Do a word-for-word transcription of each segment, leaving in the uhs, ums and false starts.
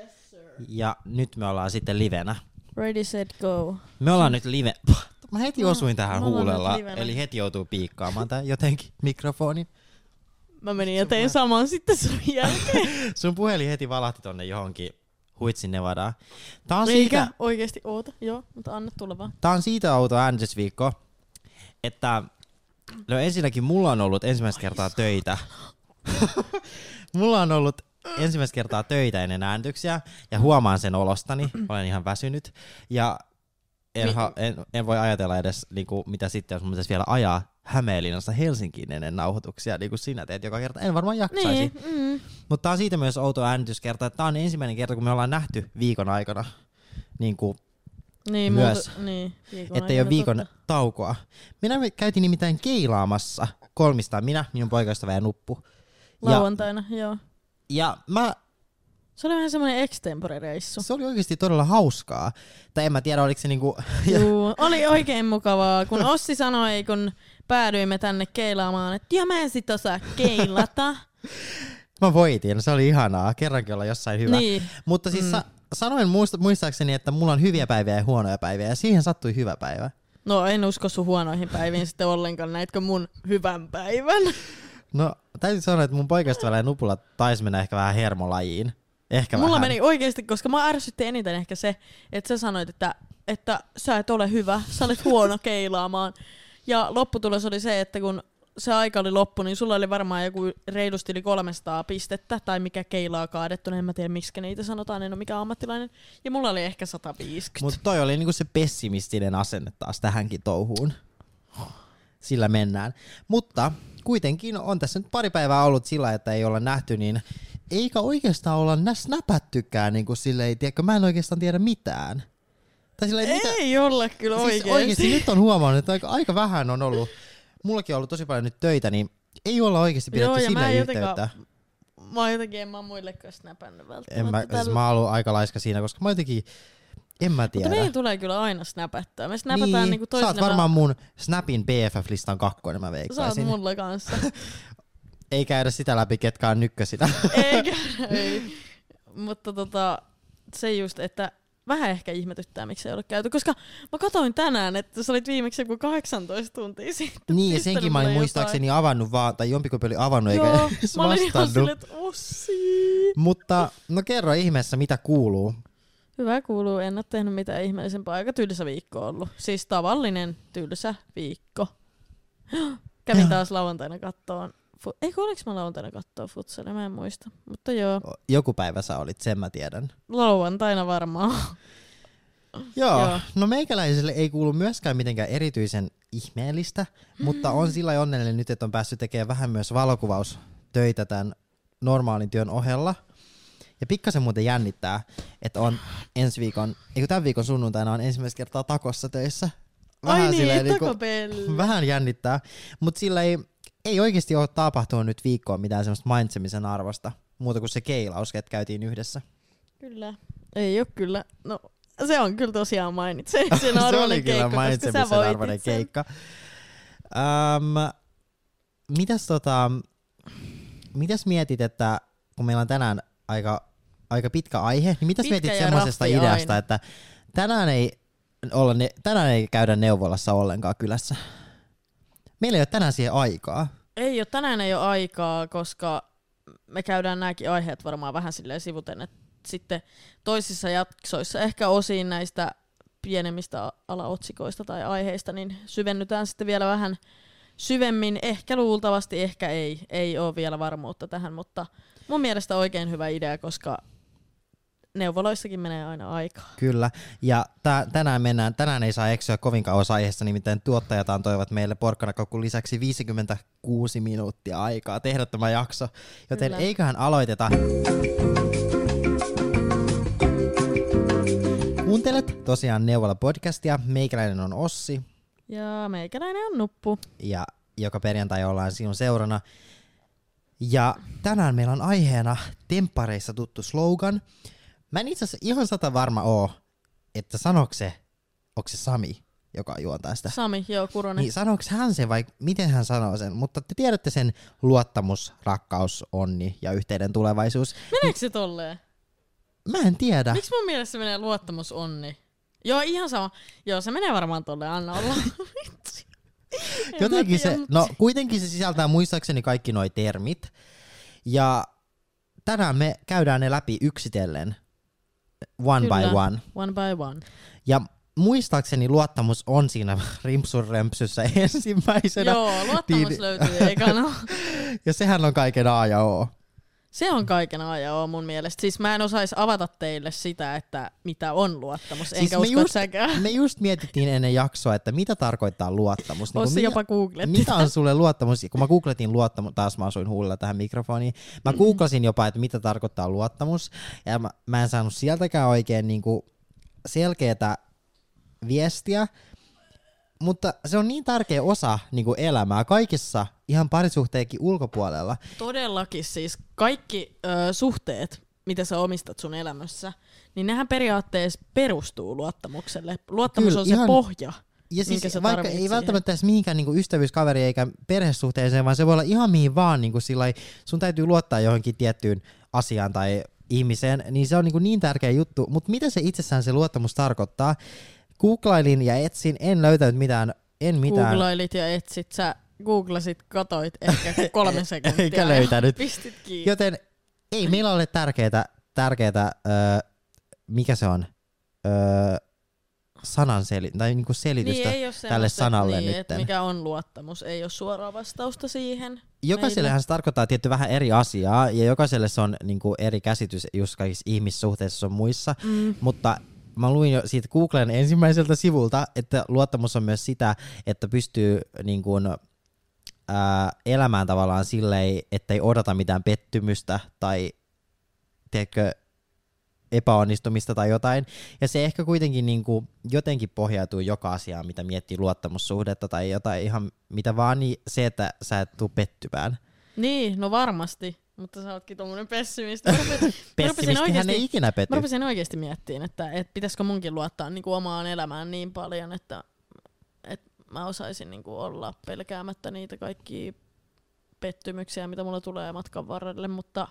Yes, sir. Ja nyt me ollaan sitten livenä. Ready, set, go. Me ollaan nyt live... Mä heti osuin tähän me ollaan huulella, nyt livenä. eli heti joutuu piikkaamaan tän jotenkin mikrofonin. Mä menin ja tein saman sitten sun jälkeen. Sun puhelin heti valahti tonne johonkin Huitsin Nevadaan. Tää on Eikä siitä, oikeesti oota, joo, mutta anna tulla vaan. tää on siitä outo äänitysviikko, että no ensinnäkin mulla on ollut ensimmäistä kertaa töitä. Mulla on ollut ensimmäistä kertaa töitä ennen äänityksiä ja huomaan sen olostani. Olen ihan väsynyt ja en, ha, en, en voi ajatella edes niinku, mitä sitten, jos mun pitäisi vielä ajaa Hämeenlinnasta Helsinkiin ennen nauhoituksia, niin kuin sinä teet joka kerta. En varmaan jaksaisi. Niin, mm. Mutta tää on siitä myös outo äänityskerta, että tää on ensimmäinen kerta, kun me ollaan nähty viikon aikana niin kuin Niin, myös, muuta, niin, ettei ole viikon totta. taukoa. Minä me käytiin nimittäin keilaamassa kolmistaan, minä, minun poikaystävä ja Nuppu. Lauantaina, ja, joo. Ja mä... Se oli vähän semmoinen extempore-reissu. Se oli oikeasti todella hauskaa. Tai en mä tiedä, oliko se niinku... Juu, oli oikein mukavaa, kun Ossi sanoi, kun päädyimme tänne keilaamaan, että joo, mä en sit osaa keilata. Mä voitin, se oli ihanaa. Kerrankin olla jossain hyvä. Niin. Mutta siis mm. sa- sanoin muista- muistaakseni, että mulla on hyviä päiviä ja huonoja päiviä, ja siihen sattui hyvä päivä. No en usko sun huonoihin päiviin sitten ollenkaan, näitkö mun hyvän päivän? No täytyy sanoa, että mun poikaystävällä ja Nupulla taisi mennä ehkä vähän hermolajiin. Ehkä Mulla vähän. meni oikeesti, koska mä ärsytti eniten ehkä se, että sä sanoit, että, että sä et ole hyvä, sä olet huono keilaamaan. Ja lopputulos oli se, että kun se aika oli loppu, niin sulla oli varmaan joku reilusti yli kolmesataa pistettä, tai mikä keilaa kaadettu, en mä tiedä miksi niitä sanotaan, en ole mikään ammattilainen. Ja mulla oli ehkä sata viisikymmentä. Mutta toi oli niinku se pessimistinen asenne taas tähänkin touhuun. Sillä mennään. Mutta kuitenkin on tässä nyt pari päivää ollut sillä, että ei olla nähty, niin eikä oikeastaan olla snäpättykään niin kuin silleen, tiedätkö, mä en oikeastaan tiedä mitään. Tai silleen, ei mitä... olla kyllä siis oikeesti. oikeasti nyt on huomannut, että aika, aika vähän on ollut, mullakin on ollut tosi paljon nyt töitä, niin ei olla oikeasti pidetty silleen yhteyttä. Mä oon jotenkin, en mä muillekaan snäpännyt välttämättä. En mä, siis mä oon ollut aika laiska siinä, koska mä jotenkin, en mä tiedä. Mutta meidän tulee kyllä aina snäpättää. Me snäpätään niin, niinku toisena. Sä oot varmaan mun Snapin B F F-listan kakkonen, mä veikkaisin. Sä oot mulla kanssa. Ei käydä sitä läpi, ketkä on nykkösinä. Ei käydä, ei. Mutta tota, se just, että vähän ehkä ihmetyttää, miksi ei ole käyty. Koska mä katsoin tänään, että sä olit viimeksi joku kahdeksantoista tuntia sitten. Niin, ja senkin mä olin muistaakseni jotain. avannut vaan, tai jompikumpi oli avannut Joo, eikä edes mä olin ihan silleen, vastannut. että Ossi. Mutta no kerro ihmeessä, mitä kuuluu. Hyvä kuuluu, en ole tehnyt mitään ihmeellisempää. Aika tylsä viikko ollut. Siis tavallinen tylsä viikko. Kävin taas lauantaina kattoon. Fu- Eikö oliks mä lauantaina kattoo futsalia? Mä en muista. Mutta joo. Joku päivä sä olit, sen mä tiedän. Lauantaina varmaan. Joo, Joo. no meikäläiselle ei kuulu myöskään mitenkään erityisen ihmeellistä, mm. mutta on sillä onnellinen nyt, että on päässyt tekemään vähän myös valokuvaustöitä tämän normaalin työn ohella. Ja pikkasen muuten jännittää, että on ensi viikon, eikö tämän viikon sunnuntaina on ensimmäistä kertaa takossa töissä. Vähän Ai niin, niinku, takopelli. vähän jännittää, mutta sillä ei, ei oikeasti ole tapahtunut nyt viikkoon mitään semmoista mainitsemisen arvosta, muuta kuin se keilaus, että käytiin yhdessä. Kyllä. Ei ole kyllä. No se on kyllä tosiaan mainitse. Se oli kyllä mainitsemisen arvoinen keikka. Um, mitäs, tota, mitäs mietit, että kun meillä on tänään aika, aika pitkä aihe, niin mitäs pitkä mietit semmoisesta ideasta, aina. Että tänään ei, olla ne, tänään ei käydä neuvolassa ollenkaan kylässä? Meillä ei ole tänään siihen aikaa. Ei ole, tänään ei ole aikaa, koska me käydään nämäkin aiheet varmaan vähän silleen sivuten, että sitten toisissa jaksoissa, ehkä osin näistä pienemmistä alaotsikoista tai aiheista, niin syvennytään sitten vielä vähän syvemmin. Ehkä luultavasti, ehkä ei. Ei ole vielä varmuutta tähän, mutta mun mielestä oikein hyvä idea, koska neuvoloissakin menee aina aikaa. Kyllä, ja tä- tänään mennään, tänään ei saa eksyä kovin kauas aiheesta, nimittäin tuottajat antoivat meille porkkanakakun lisäksi viisikymmentäkuusi minuuttia aikaa tehdä tämä jakso, joten Kyllä. eiköhän aloiteta. Kuuntelet tosiaan Neuvola-podcastia, meikäläinen on Ossi. Ja meikäläinen on Nuppu. Ja joka perjantai ollaan sinun seurana. Ja tänään meillä on aiheena temppareissa tuttu slogan. Mä en itse asiassa ihan sata varma oo, että sanoiko se, onko se Sami, joka juontaa sitä. Sami, joo, Kuronen. Niin sanoiko hän sen vai miten hän sanoo sen, mutta te tiedätte sen luottamus, rakkaus, onni ja yhteinen tulevaisuus. Meneekö se tolleen? Mä en tiedä. Miksi mun mielestä se menee luottamus onni? Joo, ihan sama. Joo, se menee varmaan tolle, anna olla. Jotenkin tiedä, se, mutta... no kuitenkin se sisältää muistaakseni kaikki noi termit. Ja tänään me käydään ne läpi yksitellen. One Kyllä, by one. One by one. Ja muistaakseni luottamus on siinä rimpsun rempsyssä ensimmäisenä. Joo, luottamus niin... löytyy ekana. Ja sehän on kaiken A ja O. Se on kaiken ajan oo mun mielestä. Siis mä en osais avata teille sitä, että mitä on luottamus. Enkä siis usko, just, että säkään. me just mietittiin ennen jaksoa, että mitä tarkoittaa luottamus. Niin Ossi jopa googletti. Mitä on sulle luottamus? Kun mä googletin luottamus, taas mä asuin huulilla tähän mikrofoniin. Mä googlasin jopa, että mitä tarkoittaa luottamus. Ja mä, mä en saanut sieltäkään oikein niinku selkeätä viestiä. Mutta se on niin tärkeä osa niinku elämää kaikissa ihan parisuhteenkin ulkopuolella. Todellakin siis kaikki ö, suhteet, mitä sä omistat sun elämässä, niin nehän periaatteessa perustuu luottamukselle. Luottamus Kyllä, on se ihan, pohja, ja siis minkä sä vaikka tarvitset ei siihen. välttämättä edes mihinkään niinku ystävyyskaveriin eikä perhesuhteeseen, vaan se voi olla ihan mihin vaan. Niinku sillai, sun täytyy luottaa johonkin tiettyyn asiaan tai ihmiseen, niin se on niinku niin tärkeä juttu. Mutta mitä se itsessään se luottamus tarkoittaa? Googlailin ja etsin, en löytänyt mitään. En mitään. Googlailit ja etsit, sä googlasit, katoit ehkä kolme sekuntia. Eikä löytänyt. Pistit kiinni. Joten ei meillä ole tärkeää, tärkeää öö, mikä se on, öö, sanan seli- tai niinku selitystä niin, tälle sanalle niin, nyt. että mikä on luottamus, ei ole suoraa vastausta siihen. Jokaisellehan se tarkoittaa tietty vähän eri asiaa, ja jokaiselle se on niinku eri käsitys just kaikissa ihmissuhteissa on muissa, Mm. mutta mä luin jo siitä Googlen ensimmäiseltä sivulta, että luottamus on myös sitä, että pystyy niin kuin, ää, elämään tavallaan silleen, että ei odota mitään pettymystä tai teekö epäonnistumista tai jotain. Ja se ehkä kuitenkin niin kuin, jotenkin pohjautuu joka asiaan, mitä miettii luottamussuhdetta tai jotain ihan mitä vaan, niin se, että sä et tuu pettymään. Niin, no varmasti. Mutta sä ootkin tommonen pessimisti. Mä rupesin, Pessimistihän ei ikinä petty. Mä rupesin oikeesti miettimään, että, että pitäisikö munkin luottaa niinku omaan elämään niin paljon, että, että mä osaisin niinku olla pelkäämättä niitä kaikkia pettymyksiä, mitä mulla tulee matkan varrelle, mutta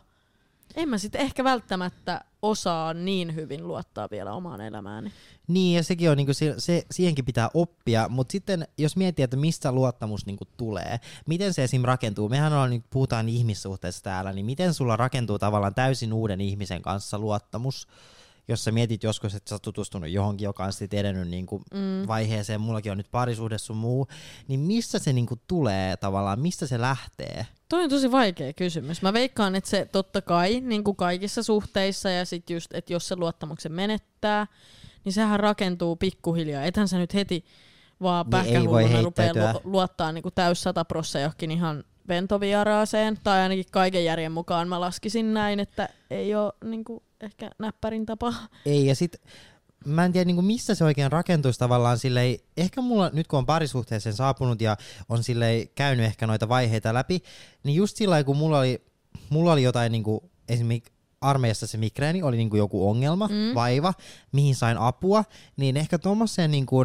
en mä sit ehkä välttämättä osaa niin hyvin luottaa vielä omaan elämääni. Niin, ja sekin on, niinku, se, se, siihenkin pitää oppia, mutta sitten jos miettii, että mistä luottamus niinku tulee, miten se esim. Rakentuu, mehän on, niin puhutaan ihmissuhteista täällä, niin miten sulla rakentuu tavallaan täysin uuden ihmisen kanssa luottamus, jos sä mietit joskus, että sä oot tutustunut johonkin, joka on sitten edennyt niinku mm. vaiheeseen, mullakin on nyt parisuhde sun muu, niin missä se niinku tulee tavallaan, mistä se lähtee? Toi on tosi vaikea kysymys. Mä veikkaan, että se totta kai niin kuin kaikissa suhteissa ja sit just, että jos se luottamuksen menettää, niin sehän rakentuu pikkuhiljaa. Ethän sä nyt heti vaan niin pähkähulluna rupea lu- luottaa niin kuin täys sata prosenttia johonkin ihan ventovieraaseen. Tai ainakin kaiken järjen mukaan mä laskisin näin, että ei ole niin kuin ehkä näppärin tapa. Ei, ja sit mä en tiedä niinku missä se oikein rakentuisi tavallaan silleen, ehkä mulla nyt kun on parisuhteeseen saapunut ja on silleen käynyt ehkä noita vaiheita läpi, niin just sillä kun mulla oli, mulla oli jotain niinku, esimerkiksi armeijassa se migreeni oli niinku joku ongelma, mm. vaiva, mihin sain apua, niin ehkä tommoseen niinku,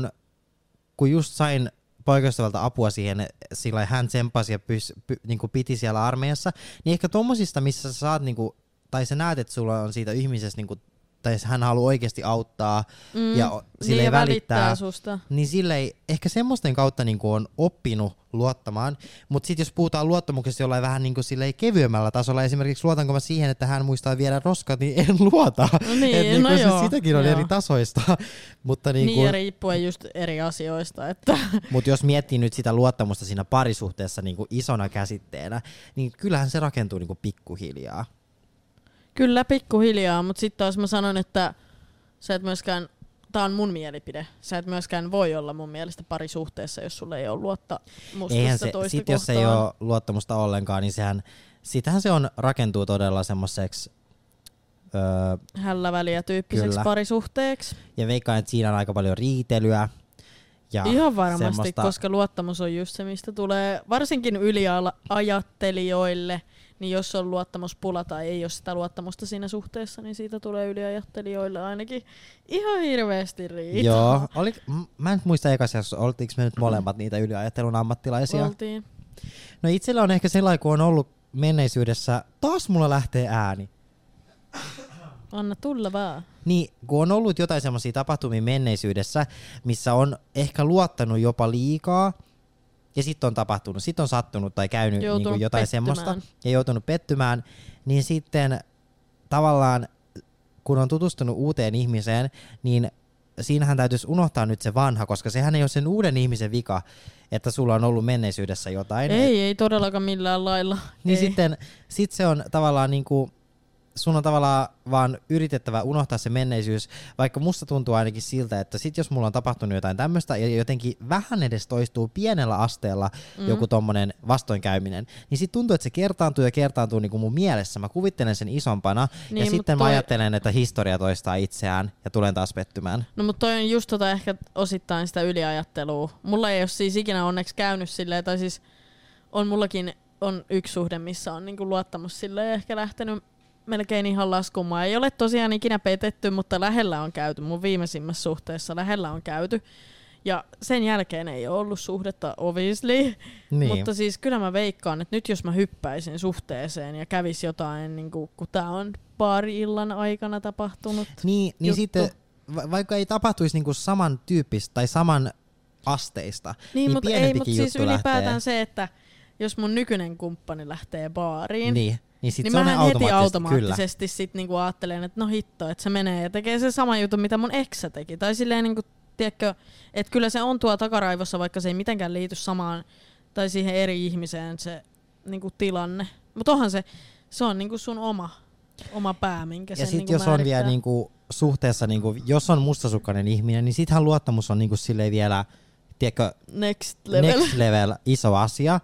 kun just sain poikaystävältä apua siihen, sillä hän tsempasi ja pys, py, niinku piti siellä armeijassa, niin ehkä tommosista, missä sä saat niinku, tai sä näet, että sulla on siitä ihmisestä niinku, tai hän haluaa oikeasti auttaa mm, ja silleen niin välittää, välittää susta. Niin silleen, ehkä semmoisten kautta niin on oppinut luottamaan, mutta sitten jos puhutaan luottamuksesta jollain vähän niin silleen kevyemmällä tasolla, esimerkiksi luotanko mä siihen, että hän muistaa viedä roskat, niin en luota. No niin, Et niin no se, joo, sitäkin on joo. eri tasoista. mutta niin niin kun, ja riippuen just eri asioista. Että mutta jos miettii nyt sitä luottamusta siinä parisuhteessa niin isona käsitteenä, niin kyllähän se rakentuu niin pikkuhiljaa. Kyllä pikkuhiljaa, mutta sitten taas mä sanon, että sä et myöskään, tää on mun mielipide, sä et myöskään voi olla mun mielestä parisuhteessa, jos sulla ei ole luottamusta Eihän sitä se, toista sit kohtaan. jos ei ole luottamusta ollenkaan, niin sehän, sitähän se on, rakentuu todella semmoiseksi öö, hällä väliä tyyppiseksi kyllä. parisuhteeksi. Ja veikkaan, että siinä on aika paljon riitelyä. Ja ihan varmasti, semmoista, koska luottamus on just se, mistä tulee varsinkin yliajattelijoille, niin jos on luottamuspula tai ei ole sitä luottamusta siinä suhteessa, niin siitä tulee yliajattelijoille ainakin ihan hirveästi riitaa. Joo, oli, mä en muista ekassa, oltiinko me nyt molemmat niitä yliajattelun ammattilaisia. Oltiin. No itsellä on ehkä sellainen, kun on ollut menneisyydessä, taas mulla lähtee ääni. Anna tulla vaan. Niin, kun on ollut jotain semmoisia tapahtumia menneisyydessä, missä on ehkä luottanut jopa liikaa, ja sitten on tapahtunut, sitten on sattunut tai käynyt niin kuin jotain pettymään. semmoista, ja joutunut pettymään, niin sitten tavallaan, kun on tutustunut uuteen ihmiseen, niin siinähän täytyisi unohtaa nyt se vanha, koska sehän ei ole sen uuden ihmisen vika, että sulla on ollut menneisyydessä jotain. Ei, ei todellakaan millään lailla. Niin ei. sitten sit se on tavallaan niinku, sun on tavallaan vaan yritettävä unohtaa se menneisyys, vaikka musta tuntuu ainakin siltä, että sit jos mulla on tapahtunut jotain tämmöistä ja jotenkin vähän edes toistuu pienellä asteella mm. joku tommonen vastoinkäyminen, niin sit tuntuu, että se kertaantuu ja kertaantuu niinku mun mielessä. Mä kuvittelen sen isompana niin, ja sitten toi... mä ajattelen, että historia toistaa itseään ja tulen taas pettymään. No mutta toi on just tota ehkä osittain sitä yliajattelua. Mulla ei ole siis ikinä onneksi käynyt silleen, tai siis on mullakin on yksi suhde, missä on niinku luottamus silleen ehkä lähtenyt melkein ihan laskumaan. Ei ole tosiaan ikinä petetty, mutta lähellä on käyty. Mun viimeisimmässä suhteessa lähellä on käyty. Ja sen jälkeen ei ole ollut suhdetta obviously. Niin. Mutta siis kyllä mä veikkaan, että nyt jos mä hyppäisin suhteeseen ja kävis jotain, niin kun, kun tää on baari-illan aikana tapahtunut Niin, niin sitten va- vaikka ei tapahtuisi niinku saman tyyppistä tai saman asteista, niin, niin mutta pienempikin ei, mutta juttu siis ylipäätään lähtee. se, että jos mun nykyinen kumppani lähtee baariin, niin. Niin, sit niin se mähän on heti automaattisesti, automaattisesti sit niinku ajattelen, että no hitto, että se menee ja tekee se sama juttu, mitä mun eksä teki. Tai silleen niinku, tiedätkö, että kyllä se on tuo takaraivossa, vaikka se ei mitenkään liity samaan tai siihen eri ihmiseen se niinku tilanne. Mutta onhan se, se on niinku sun oma, oma pää, minkä ja sen sit niinku jos määrittää. on vielä niinku suhteessa, niinku, jos on mustasukkainen ihminen, niin sittenhän luottamus on niinku silleen vielä, tiedätkö, next level. next level iso asia.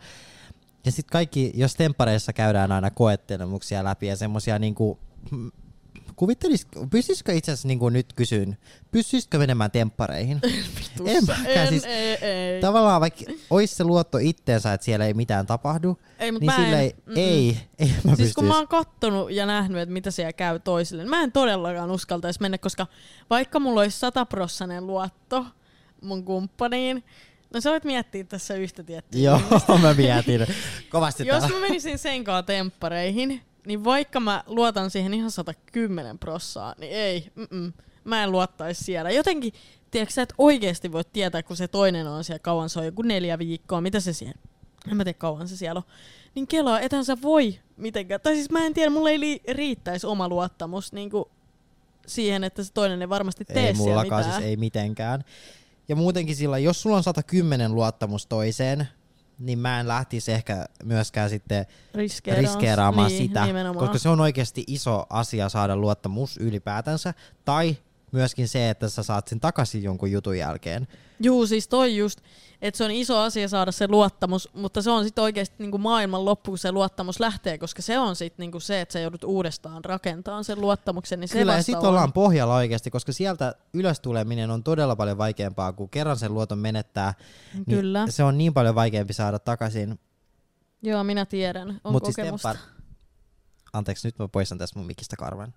Ja sitten kaikki, jos temppareissa käydään aina koettelemuksia läpi ja semmosia niinku, kuvittelis, pystyisikö itse asiassa niinku nyt kysyn, pystyisitkö menemään temppareihin? en, en siis, ei, ei. Tavallaan vaikka olisi se luotto itteensä, että siellä ei mitään tapahdu, ei, niin silleen ei, ei mä Siis pystyis. kun mä oon kattonut ja nähnyt, että mitä siellä käy toisille, niin mä en todellakaan uskaltaisi mennä, koska vaikka mulla olisi sataprossainen luotto mun kumppaniin, no sä voit miettiä tässä yhtä tiettyä. Joo, mä mietin. Kovasti Jos täällä. mä menisin sen kanssa temppareihin, niin vaikka mä luotan siihen ihan sata kymmenen prossaa, niin ei, mm-mm, mä en luottaisi siellä. Jotenkin, tiedätkö sä, et oikeesti voit tietää, kun se toinen on siellä kauan, se on joku neljä viikkoa, mitä se siellä, en mä tiedä kauan se siellä on. Niin kelaa, ethän sä voi mitenkään, tai siis mä en tiedä, mulla ei li- riittäisi oma luottamus niin kuin siihen, että se toinen ei varmasti tee ei siellä mullakaan mitään. siis ei mitenkään. Ja muutenkin sillä, jos sulla on sata kymmenen luottamus toiseen, niin mä en lähtisi ehkä myöskään sitten Riskeeraan. riskeeraamaan niin, sitä, nimenomaan. koska se on oikeasti iso asia saada luottamus ylipäätänsä, tai myöskin se, että sä saat sen takaisin jonkun jutun jälkeen. Juu, siis toi just, että se on iso asia saada se luottamus, mutta se on sitten oikeasti niinku maailman loppu, kun se luottamus lähtee, koska se on sitten niinku se, että sä joudut uudestaan rakentamaan sen luottamuksen, niin se Kyllä, ja vasta sitten on. ollaan pohjalla oikeasti, koska sieltä ylös tuleminen on todella paljon vaikeampaa, kun kerran sen luoton menettää, Kyllä. niin se on niin paljon vaikeampi saada takaisin. Joo, minä tiedän, on Mut siis kokemusta. temppar... Anteeksi, nyt mä poistan tästä mun mikistä karvan.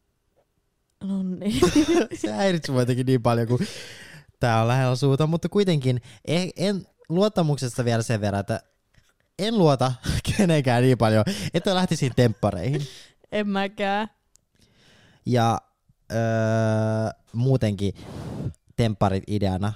No niin. Se häiritsi mua jotenkin niin paljon, kun tää on lähellä suuta, mutta kuitenkin en, en luottamuksesta vielä sen verran, että en luota kenenkään niin paljon, että lähtisin temppareihin. En mäkään. Ja öö, muutenkin tempparit ideana.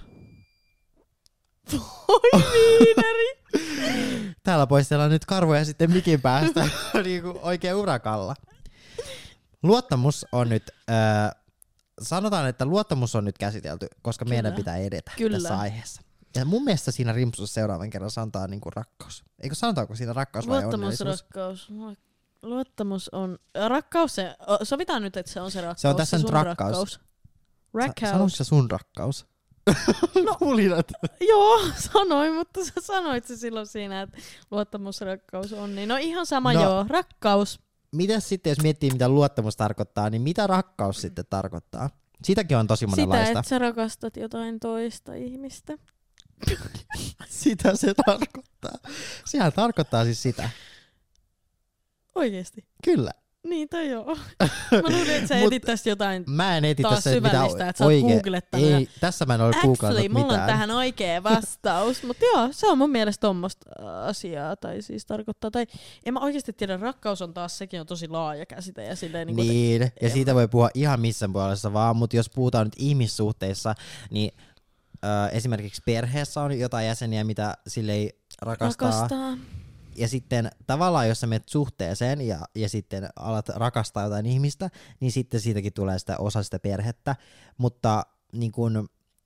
Oi viineri! Täällä poistellaan nyt karvoja sitten mikin päästä niin kuin oikein urakalla. Luottamus on nyt, öö, sanotaan, että luottamus on nyt käsitelty, koska Kyllä. meidän pitää edetä Kyllä. tässä aiheessa. Ja mun mielestä siinä rimpsussa seuraavan kerran sanotaan niinku rakkaus. Eikö sanotaanko siinä rakkaus vai Luottamus, onnellisuus? rakkaus. Luottamus on... Rakkaus se... Sovitaan nyt, että se on se rakkaus. Se on tässä nyt sun rakkaus. rakkaus. Rakkaus. Sa- Sanoitko sä sun rakkaus? No, Hulinat. joo, sanoin, mutta sä sanoit se silloin siinä, että luottamus, rakkaus on. Niin no ihan sama No. joo, rakkaus. Mitäs sitten, jos miettii, mitä luottamus tarkoittaa, niin mitä rakkaus sitten tarkoittaa? Sitäkin on tosi Sitä, monenlaista. että sä rakastat jotain toista ihmistä. Sitä se tarkoittaa. Sehän tarkoittaa siis sitä. Oikeesti. Kyllä. Niin toi joo. Mä luulin, että sä etit tästä jotain mä en eti taas tässä syvällistä, että sä oot oikee... googlettanut. Ei, tässä mä en ole googlettanut Actually, mitään. mulla on tähän oikea vastaus. Mutta joo, se on mun mielestä tommoista asiaa. Tai siis tarkoittaa. Tai en mä oikeasti tiedä, rakkaus on taas, sekin on tosi laaja käsite. Ja silleen, niin, niin te... ja siitä voi puhua ihan missä puolessa vaan, mutta jos puhutaan nyt ihmissuhteissa, niin ö, esimerkiksi perheessä on jotain jäseniä, mitä sille ei rakastaa. rakastaa. Ja sitten tavallaan, jos sä menet suhteeseen ja, ja sitten alat rakastaa jotain ihmistä, niin sitten siitäkin tulee sitä osa sitä perhettä. Mutta niin kun,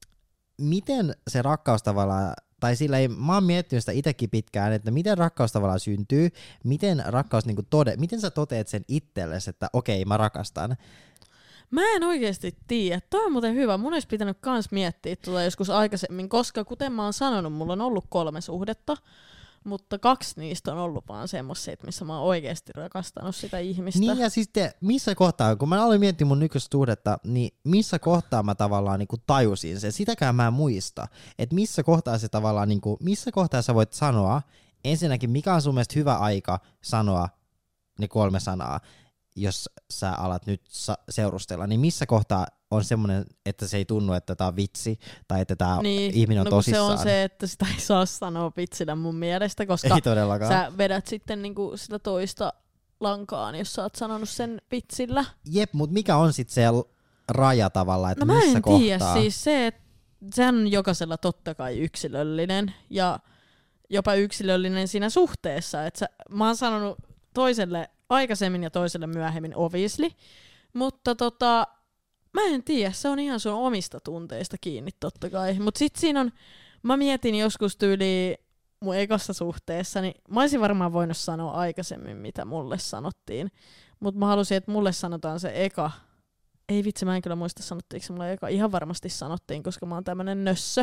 miten se rakkaus tavallaan, tai sillä ei, mä oon miettinyt sitä itsekin pitkään, että miten rakkaus tavallaan syntyy, miten rakkaus niin kun tode, miten sä toteet sen itsellesi, että okei, mä rakastan. Mä en oikeesti tiedä. Toi on muuten hyvä. Mun olisi pitänyt kans miettiä tuota joskus aikaisemmin, koska kuten mä oon sanonut, mulla on ollut kolme suhdetta. Mutta kaksi niistä on ollut vaan semmoiset, missä mä oon oikeasti rakastanut sitä ihmistä. Niin ja siis te, missä kohtaa, kun mä aloin miettiä mun nykyistä suhdetta, niin missä kohtaa mä tavallaan niin kuin tajusin sen. Sitäkään mä en muista. Että missä kohtaa se tavallaan, niin kuin, missä kohtaa sä voit sanoa, ensinnäkin mikä on sun mielestä hyvä aika sanoa ne kolme sanaa, jos sä alat nyt sa- seurustella, niin missä kohtaa on semmoinen, että se ei tunnu, että tää on vitsi, tai että tää niin, ihminen on no, tosissaan. Se on se, että sitä ei saa sanoa vitsinä mun mielestä, koska ei todellakaan. Sä vedät sitten niinku sitä toista lankaan, jos sä oot sanonut sen vitsillä. Jep, mut mikä on sit se raja tavallaan, että no missä mä en kohtaa? tiedä, siis se, että sehän on jokaisella totta kai yksilöllinen, ja jopa yksilöllinen siinä suhteessa, että sä, mä oon sanonut toiselle aikaisemmin ja toiselle myöhemmin obviously, mutta tota, mä en tiedä, se on ihan sun omista tunteista kiinni totta kai, mut sit siinä on, mä mietin joskus tyyliin mun ekassa suhteessa, niin mä olisin varmaan voinut sanoa aikaisemmin, mitä mulle sanottiin, mut mä halusin, että mulle sanotaan se eka, ei vitsi, mä en kyllä muista sanottiinko mulle eka, ihan varmasti sanottiin, koska mä oon tämmönen nössö,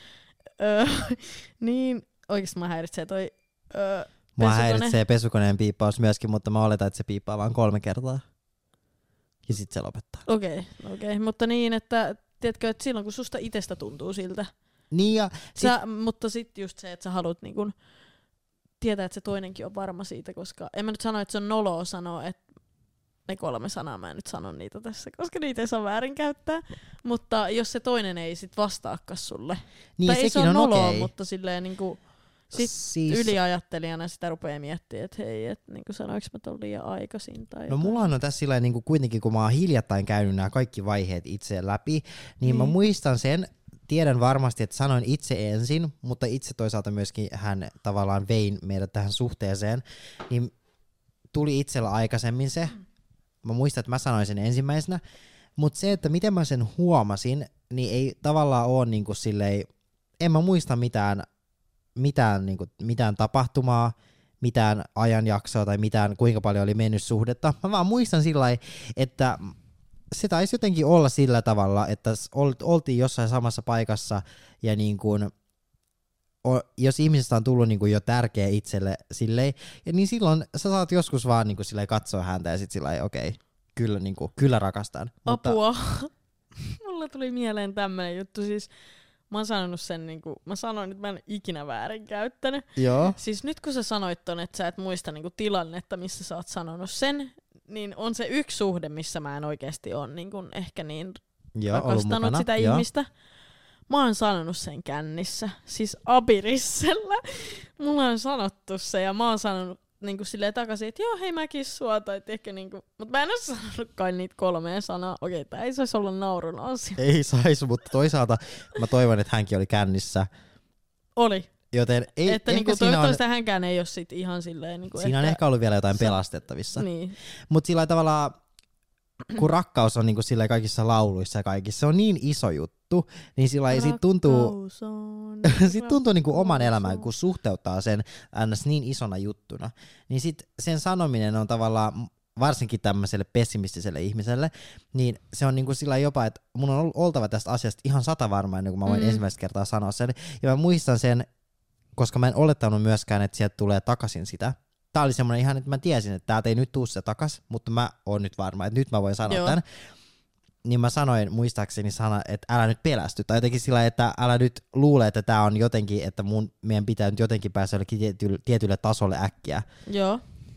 öö, niin oikeesti mä häiritsee toi öö, Mua pesukone. häiritsee pesukoneen piippaus myöskin, mutta mä oletan, että se piippaa vaan kolme kertaa. Ja sit se lopettaa. Okei, okay, okei. Okay. Mutta niin, että tiedätkö, että silloin kun susta itsestä tuntuu siltä. Niin ja Sä, sit... mutta sitten just se, että sä haluat niin kun tietää, että se toinenkin on varma siitä, koska en mä nyt sano, että se on noloa sanoa, että ne kolme sanaa mä en nyt sano niitä tässä, koska niitä ei saa väärinkäyttää. Mutta jos se toinen ei sit vastaakas sulle. Niin, tai ei se on ole noloa, okei. mutta silleen niinku... Sitten siis... yliajattelijana sitä rupeaa miettimään, että hei, että niinku sanoinko mä ton liian aikaisin tai No jotain. mulla on tässä sillä niin kuin kuitenkin, kun mä oon hiljattain käynyt nämä kaikki vaiheet itse läpi, niin, niin mä muistan sen, tiedän varmasti, että sanoin itse ensin, mutta itse toisaalta myöskin hän tavallaan vein meidät tähän suhteeseen, niin tuli itsellä aikaisemmin se. Mä muistan, että mä sanoin sen ensimmäisenä, mutta se, että miten mä sen huomasin, niin ei tavallaan ole niin kuin silleen, en mä muista mitään, mitään, niin kuin, mitään tapahtumaa, mitään ajanjaksoa tai mitään, kuinka paljon oli mennyt suhdetta. Mä vaan muistan sillä lailla, että se taisi jotenkin olla sillä tavalla, että oltiin jossain samassa paikassa ja niin kuin, jos ihmisestä on tullut niin kuin jo tärkeä itselle silleen, ja niin silloin sä saat joskus vaan niin kuin silleen katsoa häntä ja sit silleen, okei, okay, kyllä, niin kuin, kyllä rakastan. Apua. Mutta... Mulla tuli mieleen tämmönen juttu, siis mä oon sanonut sen, niin kuin, mä sanoin, että mä en ikinä väärinkäyttänyt. Joo. Siis nyt kun sä sanoit ton, että sä et muista niin kuin tilannetta, missä sä oot sanonut sen, niin on se yksi suhde, missä mä en oikeesti ole niin kuin ehkä niin Joo, rakastanut sitä Joo. ihmistä. Mä oon sanonut sen kännissä, siis Abirissellä. Mulla on sanottu se ja mä oon sanonut niinku silleen takaisin, että joo hei mäkin sua, tai ehkä niinku, mut mä en oo sanonut kai niitä kolmea sanaa. Okei, tää ei saisi olla naurun asia. Ei saisi, mutta toisaalta mä toivon, että hänkin oli kännissä. Oli. Joten ei, että niinku siinä on, toivottavasti hänkään ei oo sit ihan silleen niinku, siinä on että ehkä ollut vielä jotain Sa- pelastettavissa. Niin. Mut sillä tavalla, kun rakkaus on niinku sillä kaikissa lauluissa ja kaikissa, se on niin iso juttu, niin sillä sit tuntuu, sit tuntuu niinku oman elämään, kun suhteuttaa sen ns. Niin isona juttuna. Niin sit sen sanominen on tavallaan, varsinkin tämmöiselle pessimistiselle ihmiselle, niin se on niinku sillä jopa, että mun on oltava tästä asiasta ihan sata varma ennen kuin mä voin mm. ensimmäistä kertaa sanoa sen. Ja mä muistan sen, koska mä en olettanut myöskään, että sieltä tulee takaisin sitä. Tää oli semmoinen ihan, että mä tiesin, että täältä ei nyt tuu se takas, mutta mä oon nyt varma, että nyt mä voin sanoa Joo. tämän. Niin mä sanoin muistaakseni sana, että älä nyt pelästy. Tai jotenkin sillä, että älä nyt luule, että tää on jotenkin, että mun, meidän pitää nyt jotenkin päästä jollekin tietylle, tietylle tasolle äkkiä. Joo. Mut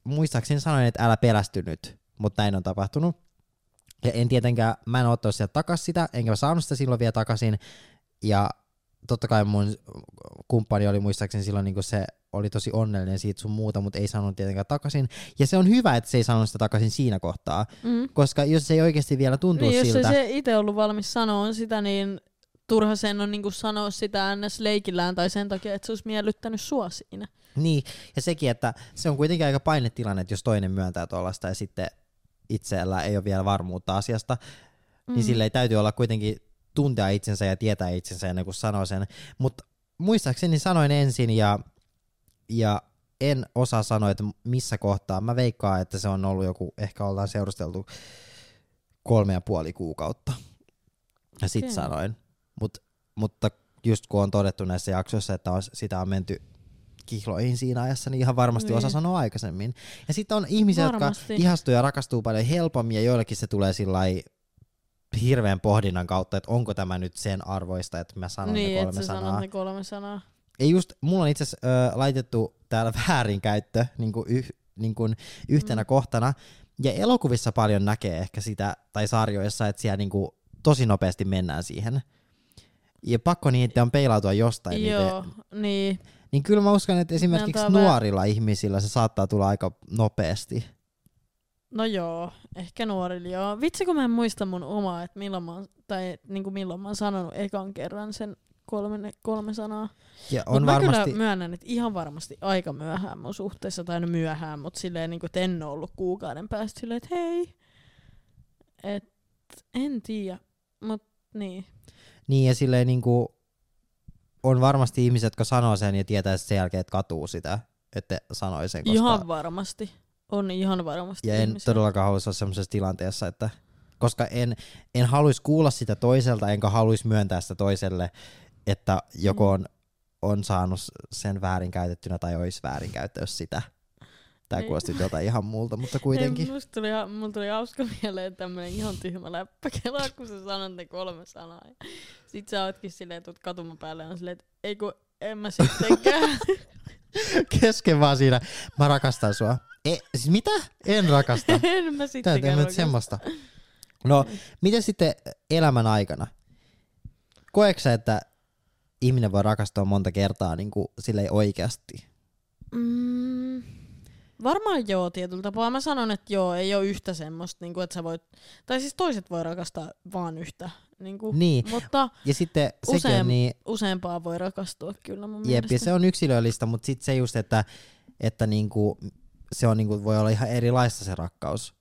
muistaakseni sanoin, että älä pelästy nyt, mutta näin on tapahtunut. Ja en tietenkään, mä en ottanut sieltä takaisin sitä, enkä mä saanut sitä silloin vielä takaisin. Ja totta kai mun kumppani oli muistaakseni silloin niin se oli tosi onnellinen siitä sun muuta, mutta ei saanut tietenkään takaisin. Ja se on hyvä, että se ei saanut sitä takaisin siinä kohtaa, mm. koska jos se ei oikeasti vielä tuntuu niin, siltä. Jos ei se itse ollut valmis sanoa sitä, niin turha sen on niinku sanoa sitä ns. Leikillään tai sen takia, että se olisi miellyttänyt sua siinä. Niin, ja sekin, että se on kuitenkin aika painetilanne, että jos toinen myöntää tuollaista ja sitten itsellä ei ole vielä varmuutta asiasta, mm. niin sillä ei täytyy olla kuitenkin tuntea itsensä ja tietää itsensä ennen kuin sanoo sen. Mutta muistaakseni sanoin ensin ja, ja en osaa sanoa, että missä kohtaa. Mä veikkaan, että se on ollut joku, ehkä ollaan seurusteltu kolme ja puoli kuukautta. Ja sit okay. sanoin. Mut, mutta just kun on todettu näissä jaksoissa, että on, sitä on menty kihloihin siinä ajassa, niin ihan varmasti niin. osa sanoa aikaisemmin. Ja sitten on ihmisiä, varmasti. jotka ihastuu ja rakastuu paljon helpommin, ja joillekin se tulee sillai hirveän pohdinnan kautta, että onko tämä nyt sen arvoista, että mä sanon niin, ne kolme et sanaa. Ne kolme sanaa. Ja just, mulla on itse asiassa äh, laitettu täällä väärinkäyttö niin kuin yh, niin kuin yhtenä mm. kohtana, ja elokuvissa paljon näkee ehkä sitä, tai sarjoissa, että siellä niin kuin tosi nopeasti mennään siihen. Ja pakko niitä on peilautua jostain. Joo, niitä, niin. Niin kyllä mä uskon, että esimerkiksi nuorilla vä- ihmisillä se saattaa tulla aika nopeasti. No joo, ehkä nuorilla joo. Vitsi kun mä en muista mun omaa, että milloin mä oon, tai niin kuin milloin mä oon sanonut ekan kerran sen kolme, kolme sanaa. Ja on mut varmasti... mä kyllä myönnän, että ihan varmasti aika myöhään mun suhteessa, tai no myöhään, mutta silleen niin kuin, että en ole ollut kuukauden päästä silleen, että hei. Et en tiedä, mut niin. Niin ja silleen niinku on varmasti ihmiset, jotka sanoo sen ja tietää sen jälkeen, että katuu sitä, että sanoi sen. Koska... Ihan varmasti. On ihan varmasti ja en ihmisiä. todellakaan haluaisi olla semmoisessa tilanteessa, että koska en, en haluaisi kuulla sitä toiselta, enkä haluaisi myöntää sitä toiselle, että joko on, on saanut sen väärinkäytettynä tai olisi väärinkäyttänyt sitä. Tää kuulosti jotain ihan muulta, mutta kuitenkin. Ei, musta tuli, mulla tuli hauska mieleen tämmönen ihan tyhmä läppäkelä, kun sä sanot ne kolme sanaa. Sit sä ootkin silleen, tuut katuman päälle ja on silleen, että ei kun en mä sittenkään. Kesken vaan siinä, mä rakastan sua. E, siis mitä? En rakasta. En mä sittenkään rakasta. Semmoista. No, miten sitten elämän aikana? Koetko sä, että ihminen voi rakastua monta kertaa niin kuin silleen oikeasti? Mm. Varmaan joo tietyllä tapaa. Mä sanon, että joo, ei ole yhtä semmoista, niin kuin, että sä voit, tai siis toiset voi rakastaa vaan yhtä. Niin, kuin, niin. Mutta ja sitten usein, niin, useampaa voi rakastua kyllä mun jep, mielestä. Ja se on yksilöllistä, mutta sitten se just, että, että niinku, se on niinku, voi olla ihan erilaista se rakkaus.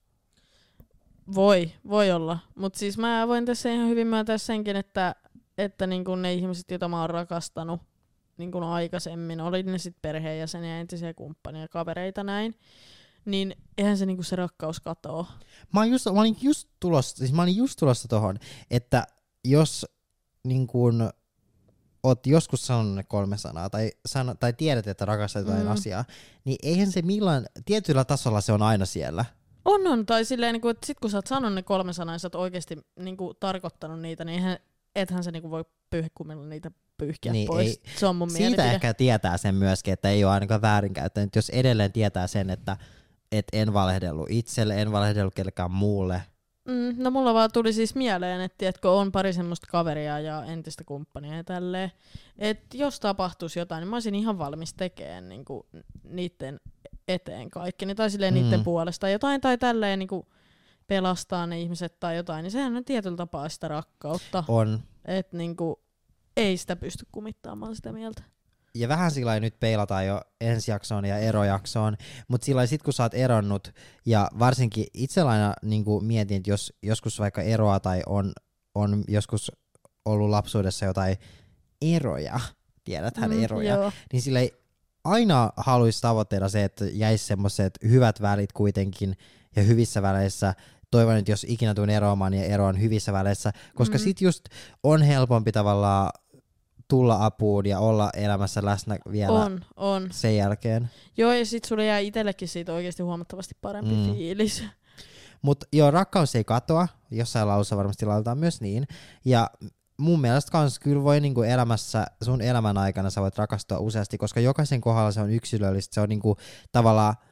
Voi, voi olla. Mutta siis mä voin tässä ihan hyvin myöntää senkin, että, että niinku ne ihmiset, joita mä oon rakastanut, niin kuin aikaisemmin, oli ne sitten perheenjäseniä, entisiä kumppania, kavereita näin, niin eihän se niinku se rakkaus katoo. Mä, just, mä olin just tulossa, siis mä olin just tulossa tohon, että jos niin kun, oot joskus sanonut ne kolme sanaa, tai, sano, tai tiedät, että rakastat jotain mm. asiaa, niin eihän se millään, tietyllä tasolla se on aina siellä. On, on, tai silleen, niin kuin, että sit kun sä oot sanonut ne kolme sanaa, ja sä oot oikeesti niin kuin, tarkoittanut niitä, niin eihän, ethän se niin kuin, voi pyyhkumilla niitä pyyhkiä niin pois. Ei, se on mun siitä mielipide. Ehkä tietää sen myöskin, että ei ole ainakaan väärinkäyttänyt. Jos edelleen tietää sen, että et en valehdellut itselle, en valehdellut kellekään muulle. Mm, no mulla vaan tuli siis mieleen, että tiedätkö, on pari semmoista kaveria ja entistä kumppania ja tälleen. Että jos tapahtuisi jotain, niin mä olisin ihan valmis tekemään niinku, niiden eteen kaikki. Niin, tai silleen mm. niiden puolesta jotain tai tälleen niinku, pelastaa ne ihmiset tai jotain. Niin sehän on tietyllä tapaa sitä rakkautta. On. Että niinku, ei sitä pysty kumittaamaan sitä mieltä. Ja vähän sillä nyt peilataan jo ensijaksoon ja erojaksoon, mutta sillä sit kun sä oot eronnut, ja varsinkin itse aina niin mietin, että jos joskus vaikka eroa tai on, on joskus ollut lapsuudessa jotain eroja, tiedäthän mm, eroja, joo. Niin sillä aina haluaisi tavoitteena se, että jäisi semmoiset hyvät välit kuitenkin, ja hyvissä väleissä. Toivon, että jos ikinä tuun eroamaan, niin eroan hyvissä väleissä, koska mm. sit just on helpompi tavallaan tulla apuun ja olla elämässä läsnä vielä on, on. sen jälkeen. Joo, ja sit sulle jää itsellekin siitä oikeasti huomattavasti parempi mm. fiilis. Mut joo, rakkaus ei katoa, jossain lausussa varmasti lauletaan myös niin. Ja mun mielestä kans kyllä voi niinku elämässä, sun elämän aikana sä voit rakastua useasti, koska jokaisen kohdalla se on yksilöllistä, se on niinku tavallaan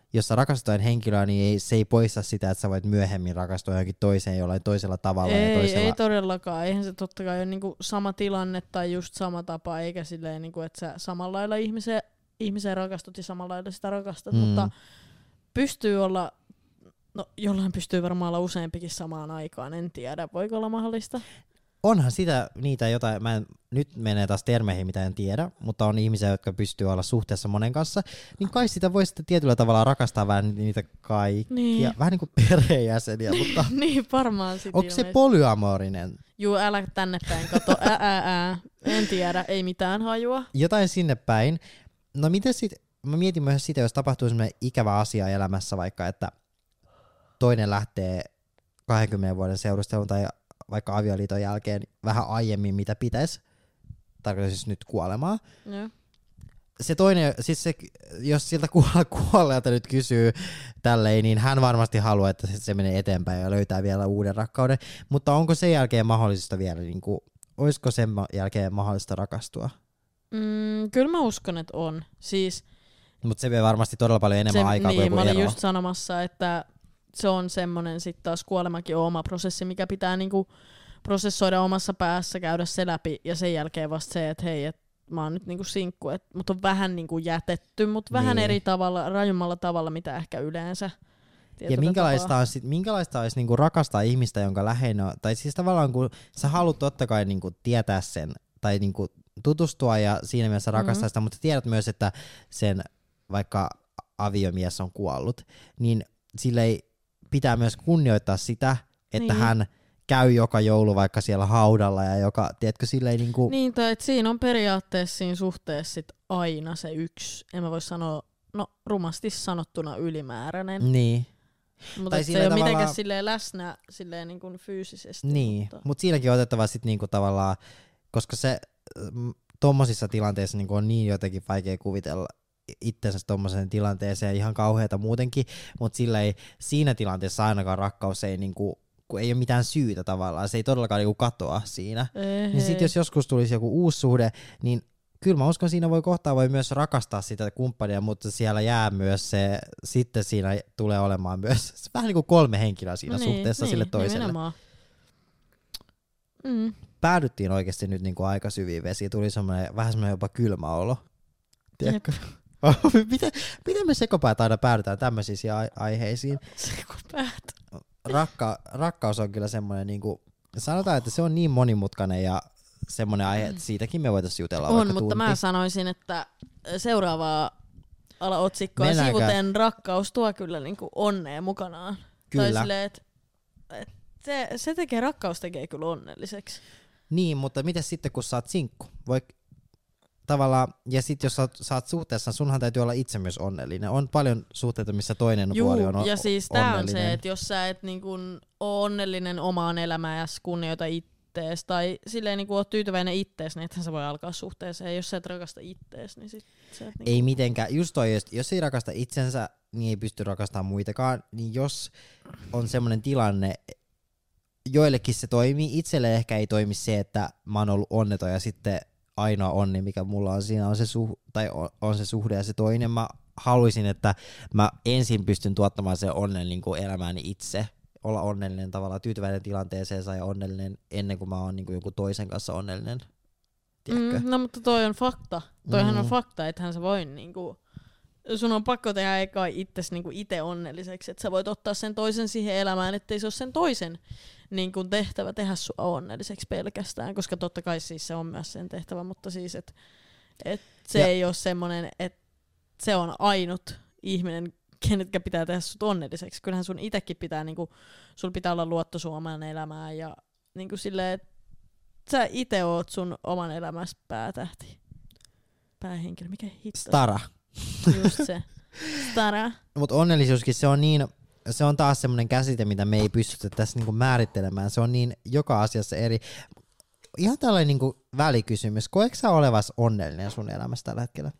jos sä rakastat henkilöä, niin ei, se ei poista sitä, että sä voit myöhemmin rakastua johonkin toiseen jollain toisella tavalla. Ei, ja toisella... ei todellakaan. Eihän se totta kai ole niinku sama tilanne tai just sama tapa, eikä silleen, niinku, että sä samalla lailla ihmiseen, ihmiseen rakastut ja samalla lailla sitä rakastat, mm. mutta pystyy olla, no jollain pystyy varmaan olla useampikin samaan aikaan, en tiedä, voiko olla mahdollista? Onhan sitä niitä jotain, mä en, nyt menee taas termeihin, mitä en tiedä, mutta on ihmisiä, jotka pystyy olla suhteessa monen kanssa, niin kai sitä voi sitten tietyllä tavalla rakastaa vähän niitä kaikkia, niin. Vähän niin kuin perheenjäseniä, mutta niin varmaan sit onko ilmeisesti se polyamorinen? Juu, älä tänne päin, kato, ää, ää, ää. En tiedä, ei mitään hajua. Jotain sinne päin. No miten sit, mä mietin myös sitä, jos tapahtuu semmoinen ikävä asia elämässä vaikka, että toinen lähtee kahdenkymmenen vuoden seurustelun tai vaikka avioliiton jälkeen vähän aiemmin, mitä pitäisi, tarkoitan siis nyt kuolemaa. Ja. Se toinen, siis se, jos siltä kuolleelta nyt kysyy tälleen, niin hän varmasti haluaa, että se menee eteenpäin ja löytää vielä uuden rakkauden. Mutta onko sen jälkeen mahdollista vielä, niin kuin, olisiko sen jälkeen mahdollista rakastua? Mm, kyllä mä uskon, että on. Siis, mutta se vie varmasti todella paljon enemmän se, aikaa niin, kuin joku mä olin ero. just sanomassa, että se on semmoinen sitten taas kuolemakin on oma prosessi, mikä pitää niinku prosessoida omassa päässä, käydä se läpi ja sen jälkeen vasta se, että hei, et mä oon nyt niinku sinkku, et mut on vähän niinku jätetty, mutta vähän niin. eri tavalla, rajummalla tavalla, mitä ehkä yleensä. Ja minkälaista on sit, minkälaista olisi niinku rakastaa ihmistä, jonka läheinen on, tai siis tavallaan kun sä haluat totta kai niinku tietää sen, tai niinku tutustua ja siinä mielessä rakastaa mm-hmm. sitä, mutta tiedät myös, että sen vaikka aviomies on kuollut, niin sille ei pitää myös kunnioittaa sitä, että niin. hän käy joka joulu vaikka siellä haudalla ja joka, tiedätkö, silleen niinku... Niin, tai että siinä on periaatteessa siinä suhteessa sit aina se yksi, en mä voi sanoa, no rumasti sanottuna ylimääräinen. Niin. Mutta se ei ole tavalla... mitenkään silleen läsnä silleen niin kuin fyysisesti. Niin, mutta Mut siinäkin on otettava sit niinku tavallaan, koska se m, tommosissa tilanteissa niinku on niin jotenkin vaikea kuvitella itsensä tommoseen tilanteeseen, ihan kauheata muutenkin, mutta sillä ei siinä tilanteessa ainakaan rakkaus ei niinku, kun ei ole mitään syytä tavallaan, se ei todellakaan niinku katoa siinä. Ei, niin sit jos joskus tulisi joku uusi suhde, niin kyllä mä uskon, siinä voi kohtaa voi myös rakastaa sitä kumppania, mutta siellä jää myös se, sitten siinä tulee olemaan myös vähän niin kuin kolme henkilöä siinä no suhteessa niin, sille niin, toiselle. Mm. Päädyttiin oikeasti nyt niin kuin aika syviin vesiin, tuli semmoinen, vähän semmoinen jopa kylmä olo. Tiedätkö? miten, miten me sekopäät aina päädytään tämmöisiin ai- aiheisiin? Sekopäät. Rakka, rakkaus on kyllä semmoinen, niin kuin, sanotaan, että se on niin monimutkainen ja semmoinen aihe, että siitäkin me voitaisiin jutella on, vaikka mutta tunti. mä sanoisin, että seuraavaa alaotsikkoa Mennäänkö? sivuten rakkaus tuo kyllä niinku onnea mukanaan. Kyllä. Tai silleen, et, et se, se tekee, rakkaus tekee kyllä onnelliseksi. Niin, mutta miten sitten kun sä oot sinkku? Voi tavallaan, ja sitten jos sä oot, sä oot suhteessa, sunhan täytyy olla itse myös onnellinen. On paljon suhteita, missä toinen Juu, puoli on o- ja siis tää onnellinen. on se, että jos sä et niinku ole onnellinen omaan elämään ja kunnioita ittees, tai silleen niinku oot tyytyväinen ittees, niin ethän sä voi alkaa suhteeseen. Jos sä et rakasta ittees, niin sit sä et niinku... Ei mitenkään. Just toi, jos, jos ei rakasta itsensä, niin ei pysty rakastamaan muitakaan. Niin jos on semmoinen tilanne, joillekin se toimii, itselle ehkä ei toimi se, että mä oon ollut onneton ja sitten ainoa onni, mikä mulla on siinä on se, suh- tai on, on se suhde ja se toinen. Mä haluaisin, että mä ensin pystyn tuottamaan sen onnen niin kuin elämääni itse. Olla onnellinen tavallaan, tyytyväinen tilanteeseen ja onnellinen ennen kuin mä oon niin kuin joku toisen kanssa onnellinen. Tiedätkö? Mm, no mutta toi on fakta. Toihan Mm. on fakta, ethän sä voi niinku... Sun on pakko tehdä eka itses niinku ite onnelliseksi, että sä voit ottaa sen toisen siihen elämään, ettei se ole sen toisen niinku tehtävä tehdä sua onnelliseksi pelkästään, koska totta kai siis se on myös sen tehtävä, mutta siis et, et se ja. ei ole semmonen, että se on ainut ihminen, kenetkä pitää tehdä sut onnelliseksi. Kyllähän sun itekin pitää, niinku, sul pitää olla luotto sun omaan elämään ja niinku silleen, että sä ite oot sun oman elämässä päätähti. Päähenkilö, mikä hitto? Stara. Just se. Stara. Mutta onnellisuuskin se on niin, se on taas semmoinen käsite, mitä me ei pystytä tässä niinku määrittelemään. Se on niin joka asiassa eri. Ihan tällainen niinku välikysymys. Koetko sä olevas onnellinen sun elämässä tällä hetkellä?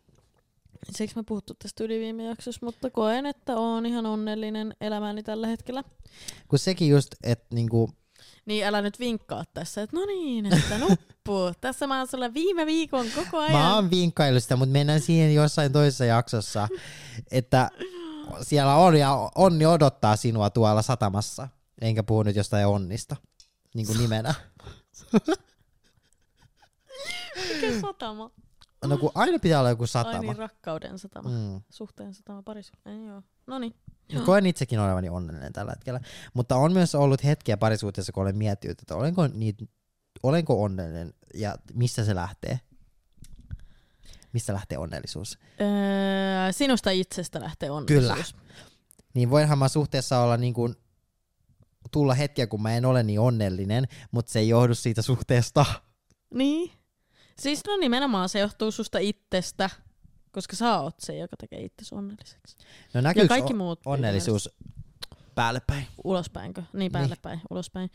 Seikö mä puhuttu tästä yli viime jaksossa, mutta koen, että oon ihan onnellinen elämäni tällä hetkellä. Kun sekin just, että niinku... Niin älä nyt vinkkaa tässä, että no niin, että nuppuu. Tässä mä oon sulle viime viikon koko ajan. Mä oon vinkkaillut sitä, mutta mennään siihen jossain toisessa jaksossa. Että siellä on ja onni odottaa sinua tuolla satamassa. Enkä puhu nyt jostain onnista. Niin kuin nimenä. Mikä satama? No kun aina pitää olla joku Ai satama. niin, rakkauden satama. Mm. Suhteen satama, parisuhteen, joo. Noniin. Koen itsekin olevani onnellinen tällä hetkellä. Mutta on myös ollut hetkiä parisuhteessa, kun olen miettinyt, että olenko, niitä, olenko onnellinen ja mistä se lähtee. Mistä lähtee onnellisuus? Öö, sinusta itsestä lähtee onnellisuus. Kyllä. Niin voinhan mä suhteessa olla niin kuin, tulla hetkiä, kun mä en ole niin onnellinen, mutta se ei johdu siitä suhteesta. Niin. Siis no nimenomaan se johtuu susta itsestä, koska sä oot se, joka tekee itsesi onnelliseksi. No ja kaikki muut onnellisuus päälle päin? Ulospäinkö? Niin, päälle niin. päin, ulospäin.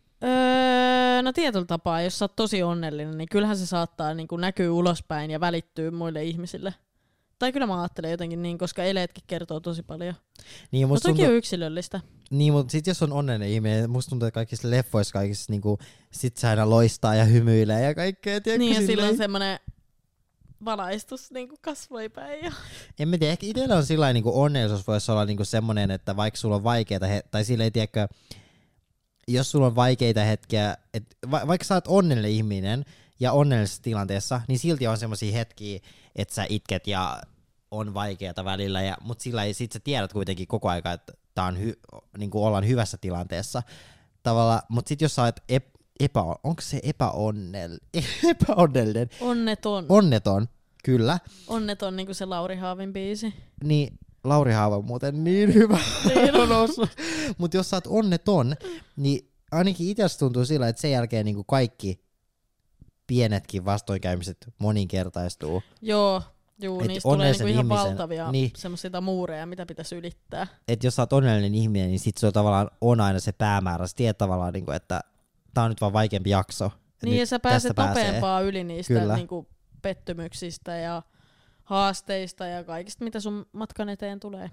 Öö, no tietyllä tapaa, jos sä oot tosi onnellinen, niin kyllähän se saattaa niin kuin näkyä ulospäin ja välittyä muille ihmisille. Tai kyllä mä ajattelen jotenkin niin, koska eleetkin kertoo tosi paljon. Niin, no toki tuntuu, on yksilöllistä. Niin, mutta sit jos on onnellinen ihminen, musta tuntuu, että kaikissa leffoissa kaikissa niinku, sit se aina loistaa ja hymyilee ja kaikkea. Tiedätkö, niin, ja silleen... silloin semmonen valaistus niinku kasvoi päin. Ja... En mä tiedä, ehkä itsellä on sillain niinku onnellisuus voisi olla niinku semmonen, että vaikka sulla on vaikeita, he- tai silleen, tiedätkö, jos sulla on vaikeita hetkiä, että va- vaikka sä oot onnellinen ihminen ja onnellisessa tilanteessa, niin silti on semmosia hetkiä, että sä itket ja on vaikeata välillä, ja, mutta sillä ei sit sä tiedät kuitenkin koko aika, että tää on hy- niinku ollaan hyvässä tilanteessa. Tavallaan, mutta sit jos sä oot ep- epä, onko se epäonnell, epäonnellinen? Onneton. Onneton, kyllä. Onneton niinku se Lauri Haavin biisi. Niin, Lauri Haava on muuten niin hyvä. Niin mutta jos sä oot onneton, niin ainakin itse tuntuu sillä, että sen jälkeen niinku kaikki pienetkin vastoinkäymiset moninkertaistuu. Joo. Juu, et niistä tulee niinku ihan ihmisen, valtavia niin, semmoisia muureja, mitä pitäisi ylittää. Että jos sä oot onnellinen ihminen, niin sit se on tavallaan on aina se päämäärä. Sä tiedät tavallaan, niinku, että tää on nyt vaan vaikeampi jakso. Niin, ja sä pääset nopeampaa pääsee. yli niistä niinku pettymyksistä ja haasteista ja kaikista, mitä sun matkan eteen tulee.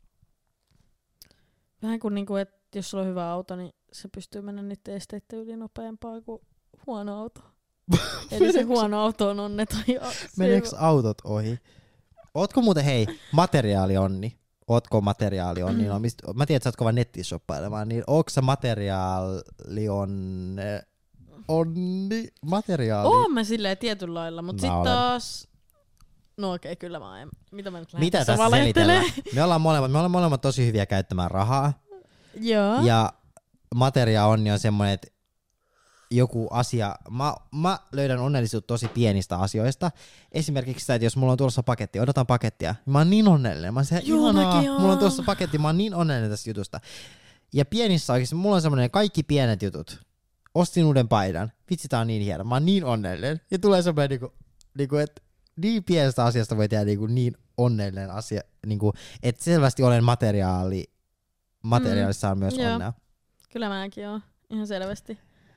Vähän kuin, niinku, että jos sulla on hyvä auto, niin se pystyy mennä niiden esteiden yli nopeampaa kuin huono auto. Eli se huono auto on onneton. Meneekö autot ohi? Ootko muuten, hei, materiaalionni? Ootko materiaalionni? No, mistä, mä tiedän, että sä oot kova nettissä shoppailemaan, niin ootko sä materiaalionni? Onni? Materiaali? Oon mä silleen tietyllä lailla, mutta sit olen. taas... No okei, okay, kyllä mä en. Mitä mä nyt lähden Mitä tässä tässä valehtelemaan? selitellään? Me ollaan molemmat, me ollaan molemmat tosi hyviä käyttämään rahaa. Joo. Ja materiaalionni on semmoinen, että joku asia, mä, mä löydän onnellisuutta tosi pienistä asioista. Esimerkiksi sitä, että jos mulla on tulossa paketti, odotan pakettia, niin mä oon niin onnellinen. Mä oon se, ihanaa, mulla on tulossa paketti, mä oon niin onnellinen tästä jutusta. Ja pienissä oikeasti, mulla on semmoinen kaikki pienet jutut. Ostin uuden paidan, vitsi tää on niin hieno, mä oon niin onnellinen. Ja tulee semmoinen, niinku, niinku, että niin pienestä asiasta voi tehdä niinku, niin onnellinen asia, niinku, että selvästi olen materiaali, materiaalissa on myös joo. onnea. Kyllä mäkin oon, ihan selvästi.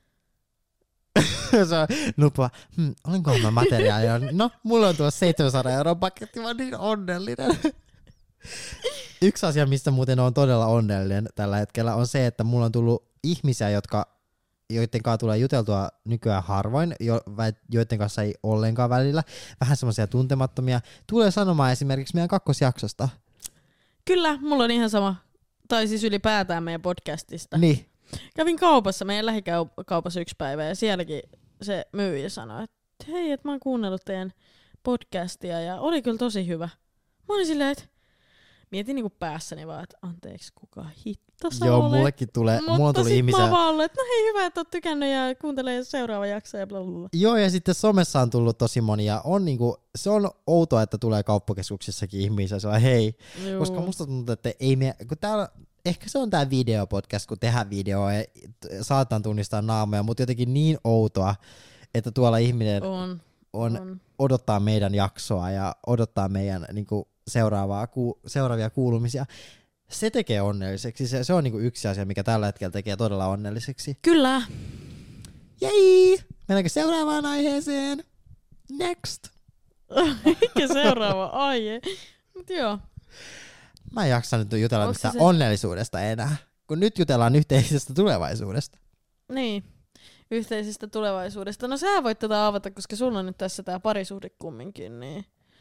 Se on nuppua, hm, olenkohan mä materiaalia? No, mulla on tuo seitsemänsadan euron paketti, mä oon niin onnellinen. Yksi asia, mistä muuten on todella onnellinen tällä hetkellä, on se, että mulla on tullut ihmisiä, jotka, joiden kanssa tulee juteltua nykyään harvoin, jo, joiden kanssa ei ollenkaan välillä. Vähän semmoisia tuntemattomia. Tulee sanomaan esimerkiksi meidän kakkosjaksosta. Kyllä, mulla on ihan sama. Tai siis ylipäätään meidän podcastista. Niin. Kävin kaupassa, meidän lähikaupassa yksi päivä, ja sielläkin se myyjä sanoi, että hei, että mä oon kuunnellut teidän podcastia, ja oli kyllä tosi hyvä. Mä olin silleen, että mietin niinku päässäni vaan, että anteeksi, kuka hitto sä Joo, olet. mullekin tulee, Mutta mulla on tullut sit ihmisiä. mä oon vaan ollut, että no hei, hyvä, että oot tykännyt, ja kuuntelee seuraava jakso, ja blablabla. Joo, ja sitten somessa on tullut tosi monia. On niinku, se on outoa, että tulee kauppakeskuksissakin ihmisiä, se on hei. Juu. Koska musta tuntuu, että ei me, kun täällä, ehkä se on tää videopodcast, kun tehdään videoa ja saataan tunnistaa naamoja, mutta jotenkin niin outoa, että tuolla ihminen On, on, on. odottaa meidän jaksoa ja odottaa meidän niinku, seuraavaa, ku, seuraavia kuulumisia. Se tekee onnelliseksi. Se, se on niinku yksi asia, mikä tällä hetkellä tekee todella onnelliseksi. Kyllä. Jei! Mennäänkö seuraavaan aiheeseen? Next! Mikä seuraava aihe? Mut joo. Mä en jaksa nyt jutella Onko mistään se- onnellisuudesta enää, kun nyt jutellaan yhteisestä tulevaisuudesta. Niin. Yhteisestä tulevaisuudesta. No sä voit tätä avata, koska sulla on nyt tässä tää parisuhde kumminkin, niin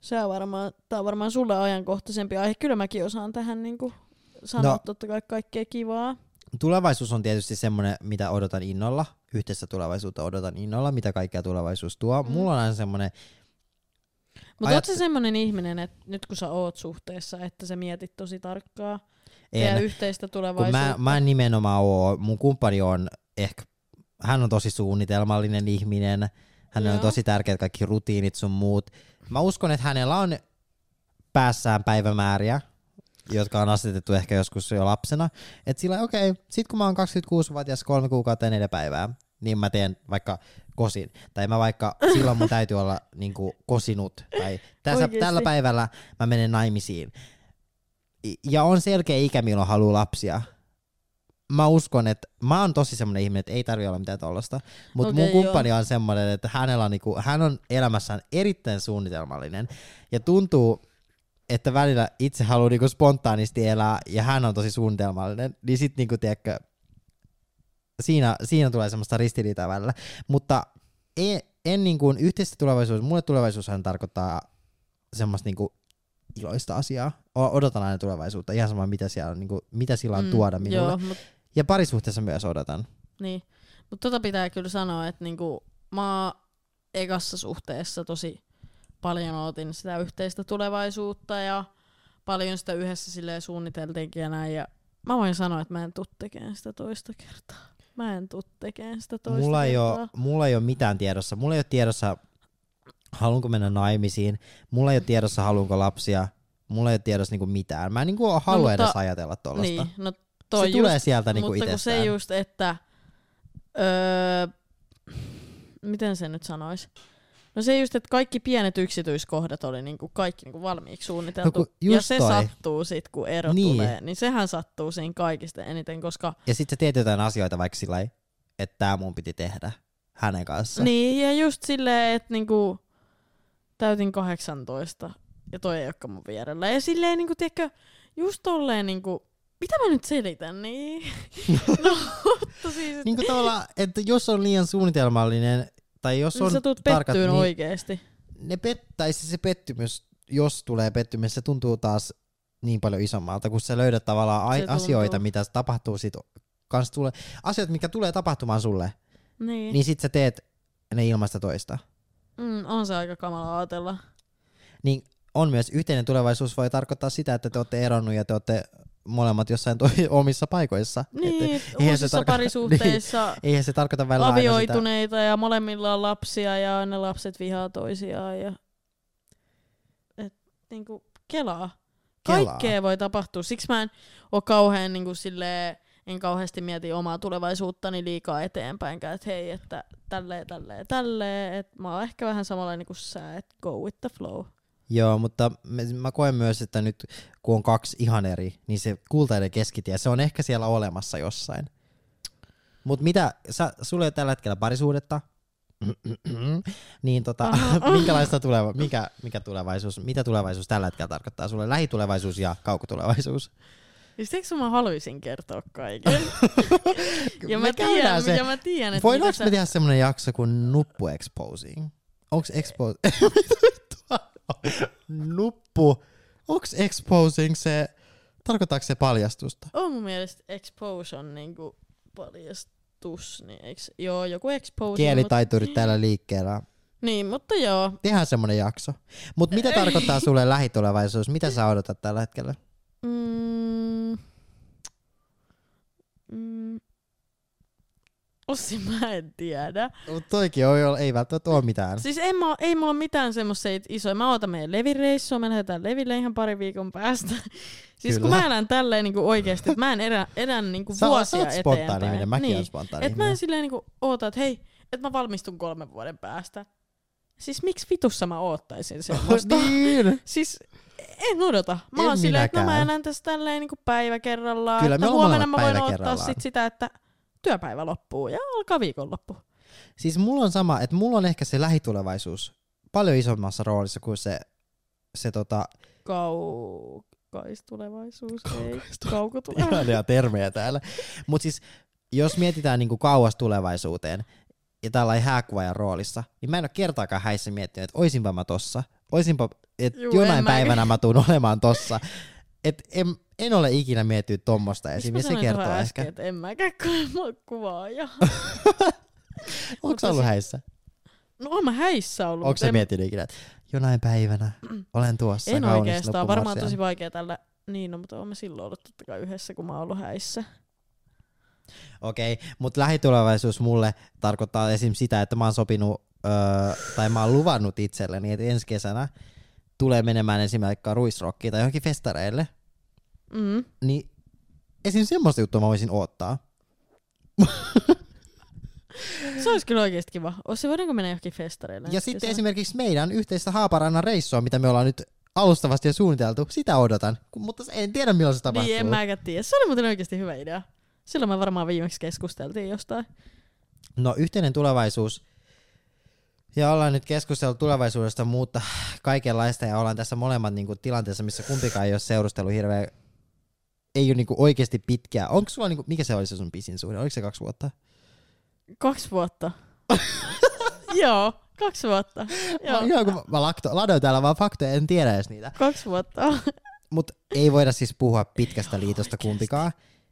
Se on varmaan, tää on varmaan sulle ajankohtaisempi aihe. Kyllä mäkin osaan tähän niinku sanoa no, totta kai kaikkea kivaa. Tulevaisuus on tietysti semmoinen, mitä odotan innolla. Yhteistä tulevaisuutta odotan innolla, mitä kaikkea tulevaisuus tuo. Mm. Mulla on aina semmoinen... Mutta ajat... oot sä semmoinen ihminen, että nyt kun sä oot suhteessa, että sä mietit tosi tarkkaa teidän yhteistä tulevaisuutta? Mä, mä en nimenomaan oo. Mun kumppani on ehkä... Hän on tosi suunnitelmallinen ihminen. Hänellä on tosi tärkeät kaikki rutiinit sun muut. Mä uskon, että hänellä on päässään päivämääriä, jotka on asetettu ehkä joskus jo lapsena. Että sillä okei, okay, sit kun mä oon kaksikymmentäkuusivuotias kolme kuukautta ja neljä päivää, niin mä teen vaikka kosin. Tai mä vaikka, silloin mun täytyy olla niinku kosinut. Tai tässä, tällä päivällä mä menen naimisiin. Ja on selkeä ikä, milloin haluaa lapsia. Mä uskon, että mä oon tosi semmoinen ihminen, että ei tarvitse olla mitään tollasta. Mutta okay, mun kumppani joo. on semmoinen, että hänellä on, niinku, hän on elämässään erittäin suunnitelmallinen. Ja tuntuu, että välillä itse haluaa niinku spontaanisti elää, ja hän on tosi suunnitelmallinen. Niin sit niinku, tiedätkö, siinä, siinä tulee semmoista ristiriitaa välillä. Mutta en, en niinku, yhteistä tulevaisuus, mulle tulevaisuushan tarkoittaa semmoista niinku iloista asiaa. Odotan aina tulevaisuutta, ihan sama mitä, siellä, niinku, mitä sillä on mm, tuoda minulle. Joo, mut... Ja parisuhteessa myös odotan. Niin, mutta tota pitää kyllä sanoa, että niinku, mä ekassa suhteessa tosi paljon otin sitä yhteistä tulevaisuutta ja paljon sitä yhdessä silleen suunniteltiinkin ja näin. Ja mä voin sanoa, että mä en tuu tekemään sitä toista kertaa. Mä en tuu tekemään sitä toista mulla ei kertaa. Ole, mulla ei ole mitään tiedossa. Mulla ei ole tiedossa, haluanko mennä naimisiin. Mulla ei ole tiedossa, haluanko lapsia. Mulla ei ole tiedossa niinku mitään. Mä en niinku halua no, edes ajatella tollasta. Niin, no toi se just, tulee sieltä niinku mutta itsestään. Mutta se just, että... Öö, miten se nyt sanois? No se just, että kaikki pienet yksityiskohdat oli niinku kaikki niinku valmiiksi suunniteltu. No, ja se toi. sattuu sit, kun ero niin. tulee. Niin sehän sattuu siinä kaikista eniten, koska... Ja sit sä teet jotain asioita vaikka sillä että tää mun piti tehdä hänen kanssa. Niin, ja just silleen, että niinku... Täytin kahdeksantoista. Ja toi ei olekaan mun vierellä. Ja silleen niinku, tiedätkö, just tolleen niinku, mitä mä nyt selitän, niin? no, mutta siis... niinku tavallaan, että jos on liian suunnitelmallinen, tai jos niin on sä tuut tarkat, niin oikeesti. Ne pettäisi se pettymys, jos tulee pettymys, se tuntuu taas niin paljon isommalta, kun sä löydät tavallaan ai- asioita, mitä tapahtuu sit, kans tulee, asioita, mikä tulee tapahtumaan sulle, niin, niin sit sä teet ne ilmasta toista. Mm, on se aika kamala ajatella. Niin on myös yhteinen tulevaisuus voi tarkoittaa sitä, että te olette eronnut ja te olette molemmat jossain toi, omissa paikoissa. Niin, et, uusissa tarko- parisuhteissa niin, eihän se tarkoita välillä avioituneita ja molemmilla on lapsia ja ne lapset vihaa toisiaan. Ja... Et, niinku, kelaa. kelaa. Kaikkea voi tapahtua. Siksi mä en ole kauhean niinku, silleen, en kauheasti mieti omaa tulevaisuuttani liikaa eteenpäinkään, että hei, että tälleen, tälleen, tälleen. Et mä oon ehkä vähän samanlainen kuin sä, että go with the flow. Joo, mutta mä koen myös, että nyt kun on kaksi ihan eri, niin se kultainen keskitie, se on ehkä siellä olemassa jossain. Mutta mitä, sä, sulla ei ole tällä hetkellä parisuudetta, niin tota, minkälaista tuleva, mikä, mikä tulevaisuus, mitä tulevaisuus tällä hetkellä tarkoittaa sulle? Lähitulevaisuus ja kaukotulevaisuus. Siksi mä haluaisin kertoa kaiken. ja, mä tiedän, ja mä tiedän, että voidaanko sä... me tehdä semmonen jakso kuin nuppu exposing? Onks expose... Nuppu. Onks exposing se, tarkoittaako se paljastusta? On mun mielestä expose on niinku paljastus, niin eiks, joo, joku exposing. Kielitaiturit mut... täällä liikkeellä. Niin, mutta joo. Tehdään semmonen jakso. Mut mitä tarkoittaa sulle lähitulevaisuus? Mitä sä odotat tällä hetkellä? Mm. Mm. Ossi, mä en tiedä. Mut toikin on, ei välttämättä ole mitään. Siis ei, mä, ei mulla ole mitään semmosia isoja. Mä ootan meidän levireissua, me lähdetään leville ihan pari viikon päästä. Siis Kyllä. kun mä elän tälleen niinku oikeesti, että mä en elä, elä niinku sä, vuosia sä eteenpäin. Spontaani, mäkin niin. on spontaani. Et mä en silleen niinku oota, että hei, että mä valmistun kolmen vuoden päästä. Siis miksi vitussa mä oottaisin semmoista? niin. Siis en odota. Mä oon silleen, että no mä elän tässä tälleen niinku päivä kerrallaan. Kyllä että me huomenna mä voin ottaa sit sitä, että työpäivä loppuu ja alkaa viikonloppu. Siis mulla on sama, että mulla on ehkä se lähitulevaisuus paljon isommassa roolissa kuin se, se tota... Kaukaistulevaisuus, ei kaukotulevaisuus. Ihania termejä täällä. Mut siis, jos mietitään niinku kauas tulevaisuuteen, ja tällainen hääkuvaajan roolissa, niin mä en ole kertaakaan häissä miettinyt, että oisinpa mä tossa, oisinpa, että Juu, jonain en päivänä mä tuun olemaan tossa. Et en, en ole ikinä miettinyt tommosta esim. Se kertoo äsken, ehkä. että en mäkään ole kuvaaja. Onko sä ollut häissä? No oon mä häissä ollut. Onko sä en... miettinyt ikinä, että jonain päivänä olen tuossa en kaunis oikeastaan, varmaan loppumorsian. tosi vaikea tällä. Niin, no, mutta oon mä silloin ollut totta kai yhdessä, kun mä oon ollut häissä. Okei, okay, mutta lähitulevaisuus mulle tarkoittaa esim. Sitä, että mä oon sopinut, öö, tai mä oon luvannut itselleni, että ensi kesänä tulee menemään esimerkiksi ruisrokkiin tai johonkin festareille. Mm. Niin esim. Semmoista juttua mä voisin odottaa. Se olisi kyllä oikeesti kiva. Ois voidaanko mennä johonkin festareille? Ja sitten kesänä? Esimerkiksi meidän yhteistä Haaparannan reissua, mitä me ollaan nyt alustavasti jo suunniteltu, sitä odotan. Mutta en tiedä milloin se tapahtuu. Niin, en mäkään tiedä. Se oli muuten oikeasti hyvä idea. Silloin me varmaan viimeksi keskusteltiin jostain. No yhteinen tulevaisuus. Ja ollaan nyt keskustellut tulevaisuudesta, mutta kaikenlaista. Ja ollaan tässä molemmat niinku tilanteessa, missä kumpikaan ei ole seurustellut hirveän, ei ole niinku oikeasti pitkää. Onko sulla, niinku, mikä se oli se sun pisin suhde? Oliko se kaksi vuotta? Kaksi vuotta. Joo, kaksi vuotta. Joo. Mä, ihan kun mä lakto, ladoin täällä vaan faktoja, en tiedä edes niitä. Kaksi vuotta. Mut ei voida siis puhua pitkästä liitosta kumpikaan.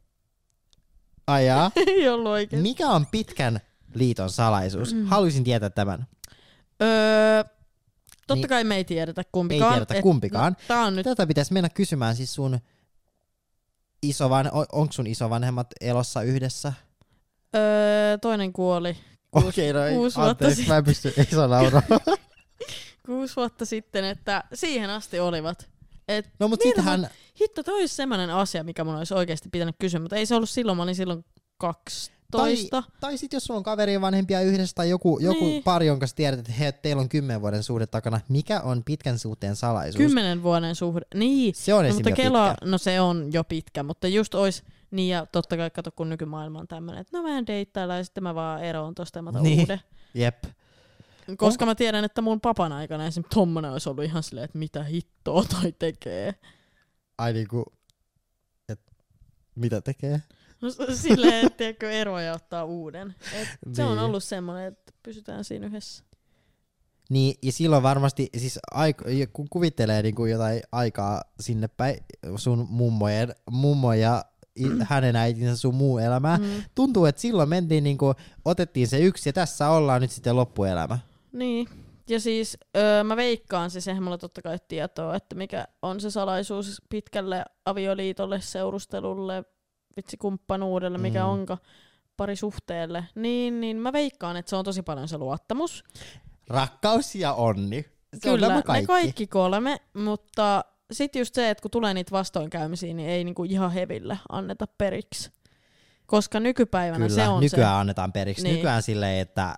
Ai jaa. Ei ollut oikein. Mikä on pitkän liiton salaisuus? Mm. Haluaisin tietää tämän. Öö, totta niin, kai me ei tiedetä kumpikaan. Ei tiedetä et, kumpikaan. No, tää on nyt... Tätä pitäisi mennä kysymään siis sun isovanhe... On, onko sun isovanhemmat elossa yhdessä? Öö, toinen kuoli. Kuusi, Okei, okay, no kuusi anteeksi, vuotta mä en pysty, ei saa nauraa. Kuusi vuotta sitten, että siihen asti olivat. Et no mut niin, sitähän... Hitto, toi olisi semmoinen asia, mikä mun olisi oikeasti pitänyt kysyä, mutta ei se ollut silloin, mä olin silloin kaksitoista. Tai, tai sit jos sulla on kaverin vanhempia yhdessä tai joku, joku niin. pari, jonka sä tiedät, että he, teillä on kymmenen vuoden suhde takana. Mikä on pitkän suhteen salaisuus? Kymmenen vuoden suhde. Niin. Se on no, esim. mutta jo Kela, pitkä. no se on jo pitkä, mutta just ois, niin ja totta kai kato, kun nykymaailma on tämmönen, että no vähän deittaillaan ja sitten mä vaan eroon tosta ja mä otan niin. uuden. Jep. Koska Onko... mä tiedän, että mun papan aikana esim. Tommonen olisi ollut ihan silleen, että mitä hittoa toi tekee. Ai niinku, et mitä tekee? No silleen, että tiedätkö eroa ja ottaa uuden. Et niin. Se on ollut semmoinen, että pysytään siinä yhdessä. Niin, ja silloin varmasti, siis aiko, kun kuvittelee niin kuin jotain aikaa sinne päin, sun mummojen, mummo ja mm. hänen äitinsä sun muu elämää, mm. tuntuu, että silloin mentiin niin kuin, otettiin se yksi ja tässä ollaan nyt sitten loppuelämä. Niin, ja siis öö, mä veikkaan, siis eihän mulla totta kai tietoa, että mikä on se salaisuus pitkälle avioliitolle, seurustelulle, vitsikumppanuudelle, mikä mm. onka parisuhteelle, niin, niin mä veikkaan, että se on tosi paljon se luottamus. Rakkaus ja onni. Se Kyllä, on kaikki. ne kaikki kolme, mutta sitten just se, että kun tulee niitä vastoinkäymisiä, niin ei niinku ihan heville anneta periksi. Koska nykypäivänä Kyllä, se on nykyään se. annetaan periksi. Niin. Nykyään silleen, että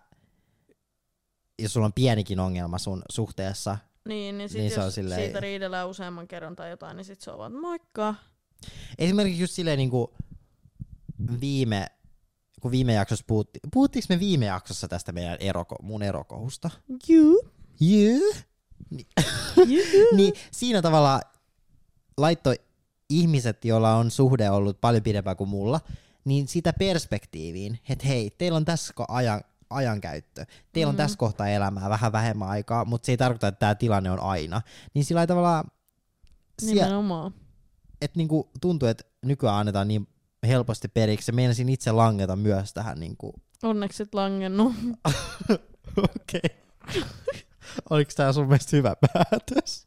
jos sulla on pienikin ongelma sun suhteessa, Niin, niin, sit niin jos se on silleen... siitä riidellään useamman kerran tai jotain, niin sit se on vaan moikka. Esimerkiksi just silleen niinku viime, kun viime jaksossa puhuttiin, puhuttiinko me viime jaksossa tästä meidän eroko, mun erokohusta? Juu. Juu. Ni- niin siinä tavalla laittoi ihmiset, joilla on suhde ollut paljon pidempään kuin mulla, niin sitä perspektiiviin, että hei, teillä on tässä ajan, ajankäyttö, teillä on mm-hmm. tässä kohtaa elämää vähän vähemmän aikaa, mutta se ei tarkoita, että tämä tilanne on aina. Niin sillä tavalla, Nimenomaan. että niinku tuntuu, että nykyään annetaan niin helposti periksi. Meinasin itse langeta myös tähän. Niinku. Onneksi et langennut. Okei. Oliko tää sun mielestä hyvä päätös?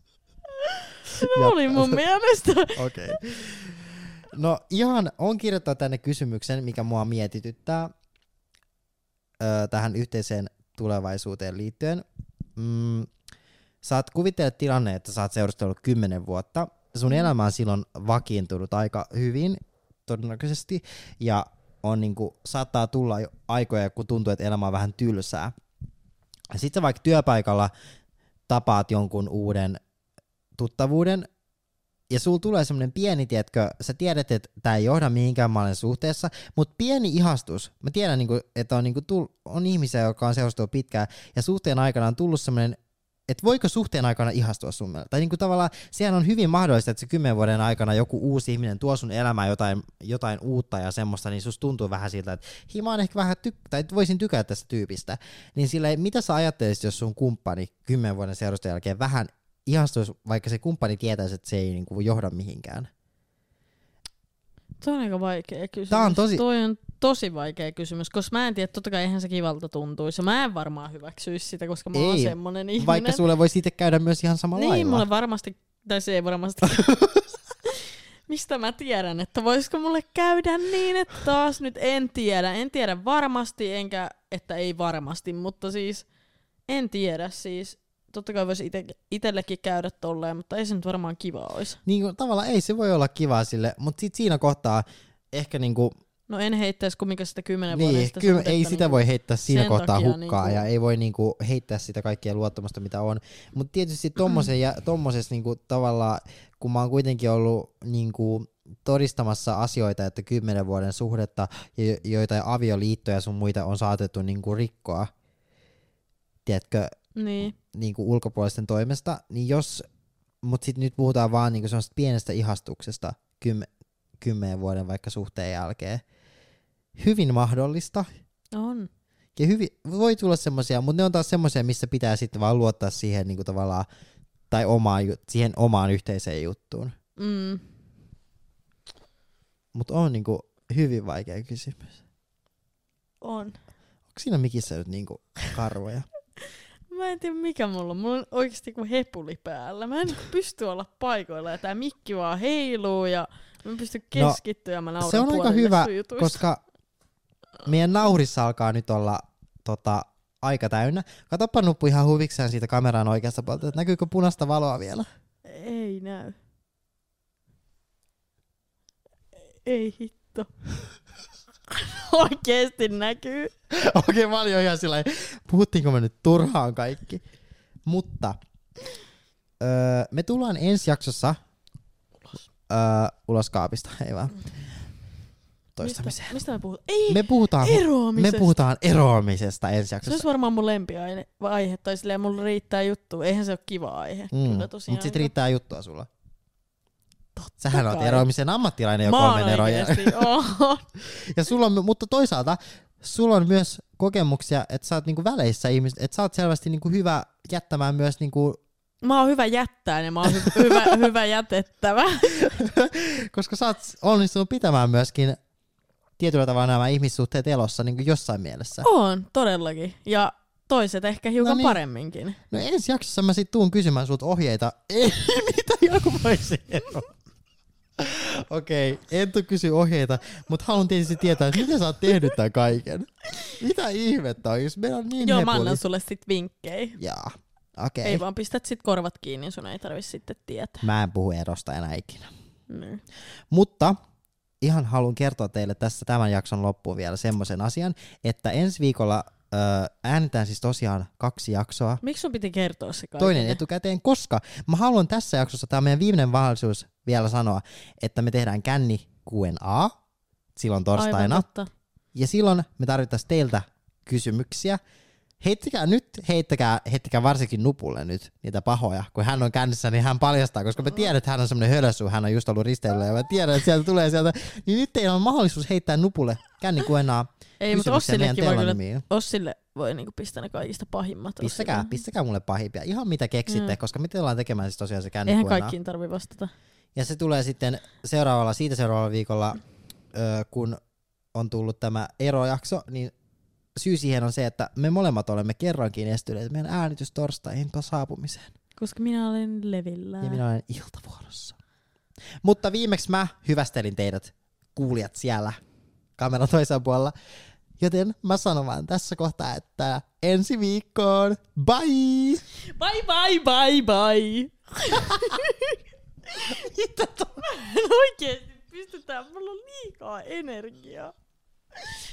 No oli mun mielestä. Okei. Okay. No ihan on kirjoittanut tänne kysymyksen, mikä mua mietityttää öö, tähän yhteiseen tulevaisuuteen liittyen. Mm, saat kuvittele tilanne, että sä oot seurustellut kymmenen vuotta. Sun elämä on silloin vakiintunut aika hyvin, todennäköisesti, ja on niinku, saattaa tulla jo aikoja, kun tuntuu, että elämä on vähän tylsää. Sitten vaikka työpaikalla tapaat jonkun uuden tuttavuuden, ja sulla tulee semmoinen pieni, tiedätkö, sä tiedät, että tää ei johda mihinkään, mä olen suhteessa, mutta pieni ihastus, mä tiedän, niinku, että on, niinku, tull, on ihmisiä, jotka on seurusteltu pitkään, ja suhteen aikana on tullut semmoinen, että voiko suhteen aikana ihastua sun mielestä? Tai niinku tavallaan sehän on hyvin mahdollista, että se kymmenen vuoden aikana joku uusi ihminen tuo sun elämään jotain, jotain uutta ja semmoista, niin susta tuntuu vähän siltä, että hi, mä oon ehkä vähän tyk- tai voisin tykätä tästä tyypistä. Niin sillä mitä sä ajattelisit, jos sun kumppani kymmenen vuoden seurustelun jälkeen vähän ihastuisi, vaikka se kumppani tietäisi, että se ei niinku johda mihinkään? Toi on aika vaikea kysymys. Tää on tosi... Toi on tosi vaikea kysymys, koska mä en tiedä, totta kai eihän se kivalta tuntuisi. Mä en varmaan hyväksyisi sitä, koska mä oon semmonen ihminen. Vaikka sulle voisi itse käydä myös ihan samalla niin, lailla. Niin, mulle varmasti, tai se ei varmasti. Mistä mä tiedän, että voisiko mulle käydä niin, että taas nyt en tiedä. En tiedä varmasti, enkä että ei varmasti, mutta siis en tiedä siis. Totta kai voisi ite, itellekin käydä tolleen, mutta ei se nyt varmaan kiva olisi. Niin kuin, tavallaan ei se voi olla kivaa sille, mutta sit siinä kohtaa ehkä niinku... No en heittäisi kumminkaan sitä kymmenen niin, vuodesta ky- ei sitä niinku, voi heittää siinä kohtaa hukkaa niinku... ja ei voi niinku heittää sitä kaikkea luottamusta, mitä on. Mutta tietysti tommosen ja, tommosessa niinku tavallaan, kun mä oon kuitenkin ollut niinku todistamassa asioita, että kymmenen vuoden suhdetta, joita avioliittoja sun muita on saatettu niinku rikkoa, tiedätkö, niin. Niinku ulkopuolisten toimesta, niin jos, mut sit nyt puhutaan vaan niinku semmoista pienestä ihastuksesta kymmen, kymmenen vuoden vaikka suhteen jälkeen. Hyvin mahdollista. On. Ja hyvin, voi tulla semmosia, mutta ne on taas semmosia, missä pitää sitten vaan luottaa siihen niinku tavallaan, tai omaan, siihen omaan yhteiseen juttuun. Mm. Mut on niinku hyvin vaikea kysymys. On. Onko siinä mikissä nyt niinku karvoja? Mä en tiedä mikä mulla on. Mulla on oikeesti kuin hepuli päällä. Mä en pysty olla paikoilla ja tää mikki vaan heiluu ja mä en pysty keskittyä ja mä nauran se on aika hyvä, koska meidän naurissa alkaa nyt olla tota, aika täynnä. Katoppa nuppu ihan huvikseen siitä kameran oikeasta puolta, että näkyykö punaista valoa vielä? Ei näy. Ei hitto. Oikeesti näkyy. Okei, okay, mä olin jo ihan sillä puhuttiinko me nyt turhaan kaikki. Mutta öö, me tullaan ensi jaksossa ulos, öö, ulos kaapista, ei vaan toistamiseen. Mistä, mistä me puhutaan? Ei, me puhutaan eroamisesta. Me puhutaan eroamisesta ensi jaksossa. Se olisi varmaan mun lempiaihe, aihe, tai silleen mulla riittää juttu. Eihän se ole kiva aihe. Mm. Kyllä tosiaan. Mut sit riittää juttua sulla. Totta Sähän kai. oot eroamisen ammattilainen jo Mä kolmen eron jälkeen. Ja sulla on, mutta toisaalta sulla on myös kokemuksia, että sä oot niinku väleissä ihmiset, että sä oot selvästi niinku hyvä jättämään myös niinku... Mä oon hyvä jättää ja mä oon hy- hyvä, hyvä jätettävä. Koska sä oot onnistunut pitämään myöskin tietyllä tavalla nämä ihmissuhteet elossa niinku jossain mielessä. On, todellakin. Ja toiset ehkä hiukan no niin. paremminkin. No ensi jaksossa mä sit tuun kysymään sulta ohjeita. Ei, mitä joku voisi eroa. Okei, okay, en tuu kysy ohjeita, mutta haluan tietysti tietää, että miten sä oot tehnyt tämän kaiken. Mitä ihmettä on, jos meillä on niin Joo, hepuli. mä annan sulle sit vinkkejä. Jaa, okei. Okay. Ei vaan pistät sit korvat kiinni, sun ei tarvi sitten tietää. Mä en puhu erosta enää ikinä. Mm. Mutta ihan haluan kertoa teille tässä tämän jakson loppuun vielä semmoisen asian, että ensi viikolla öö, äänetään siis tosiaan kaksi jaksoa. Miksi sun piti kertoa se kaikille? Toinen etukäteen, koska mä haluan tässä jaksossa, tämä on meidän viimeinen mahdollisuus vielä sanoa, että me tehdään känni Q and A silloin torstaina. Ja silloin me tarvittaisiin teiltä kysymyksiä. Heittäkää nyt, heittäkää, heittäkää varsinkin Nupulle nyt niitä pahoja. Kun hän on kännissä, niin hän paljastaa, koska me tiedän, että hän on semmoinen hölössu, hän on just ollut risteilyllä ja mä tiedän, että sieltä tulee sieltä. Niin nyt teillä on mahdollisuus heittää Nupulle känni Q and A Ei, mutta kysymyksiä meidän teemanimiin. Ossille voi niinku pistää ne kaikista pahimmat. Pistäkää, pistäkää mulle pahimpia. Ihan mitä keksitte, mm. koska me tullaan tekemään siis tosiaan se känni Eihän Q and A. kaikkiin tarvi vastata. Ja se tulee sitten seuraavalla, siitä seuraavalla viikolla, öö, kun on tullut tämä erojakso, niin syy siihen on se, että me molemmat olemme kerrankin estyneet meidän äänitys torstaihin saapumiseen. Koska minä olen levillä. Ja minä olen iltavuorossa. Mutta viimeksi mä hyvästelin teidät kuulijat siellä kameran toisella puolella. Joten mä sanon vaan tässä kohtaa, että ensi viikkoon. Bye! Bye bye bye bye! Mitä to? Mä en oikeesti pystytään, mulla on liikaa energiaa.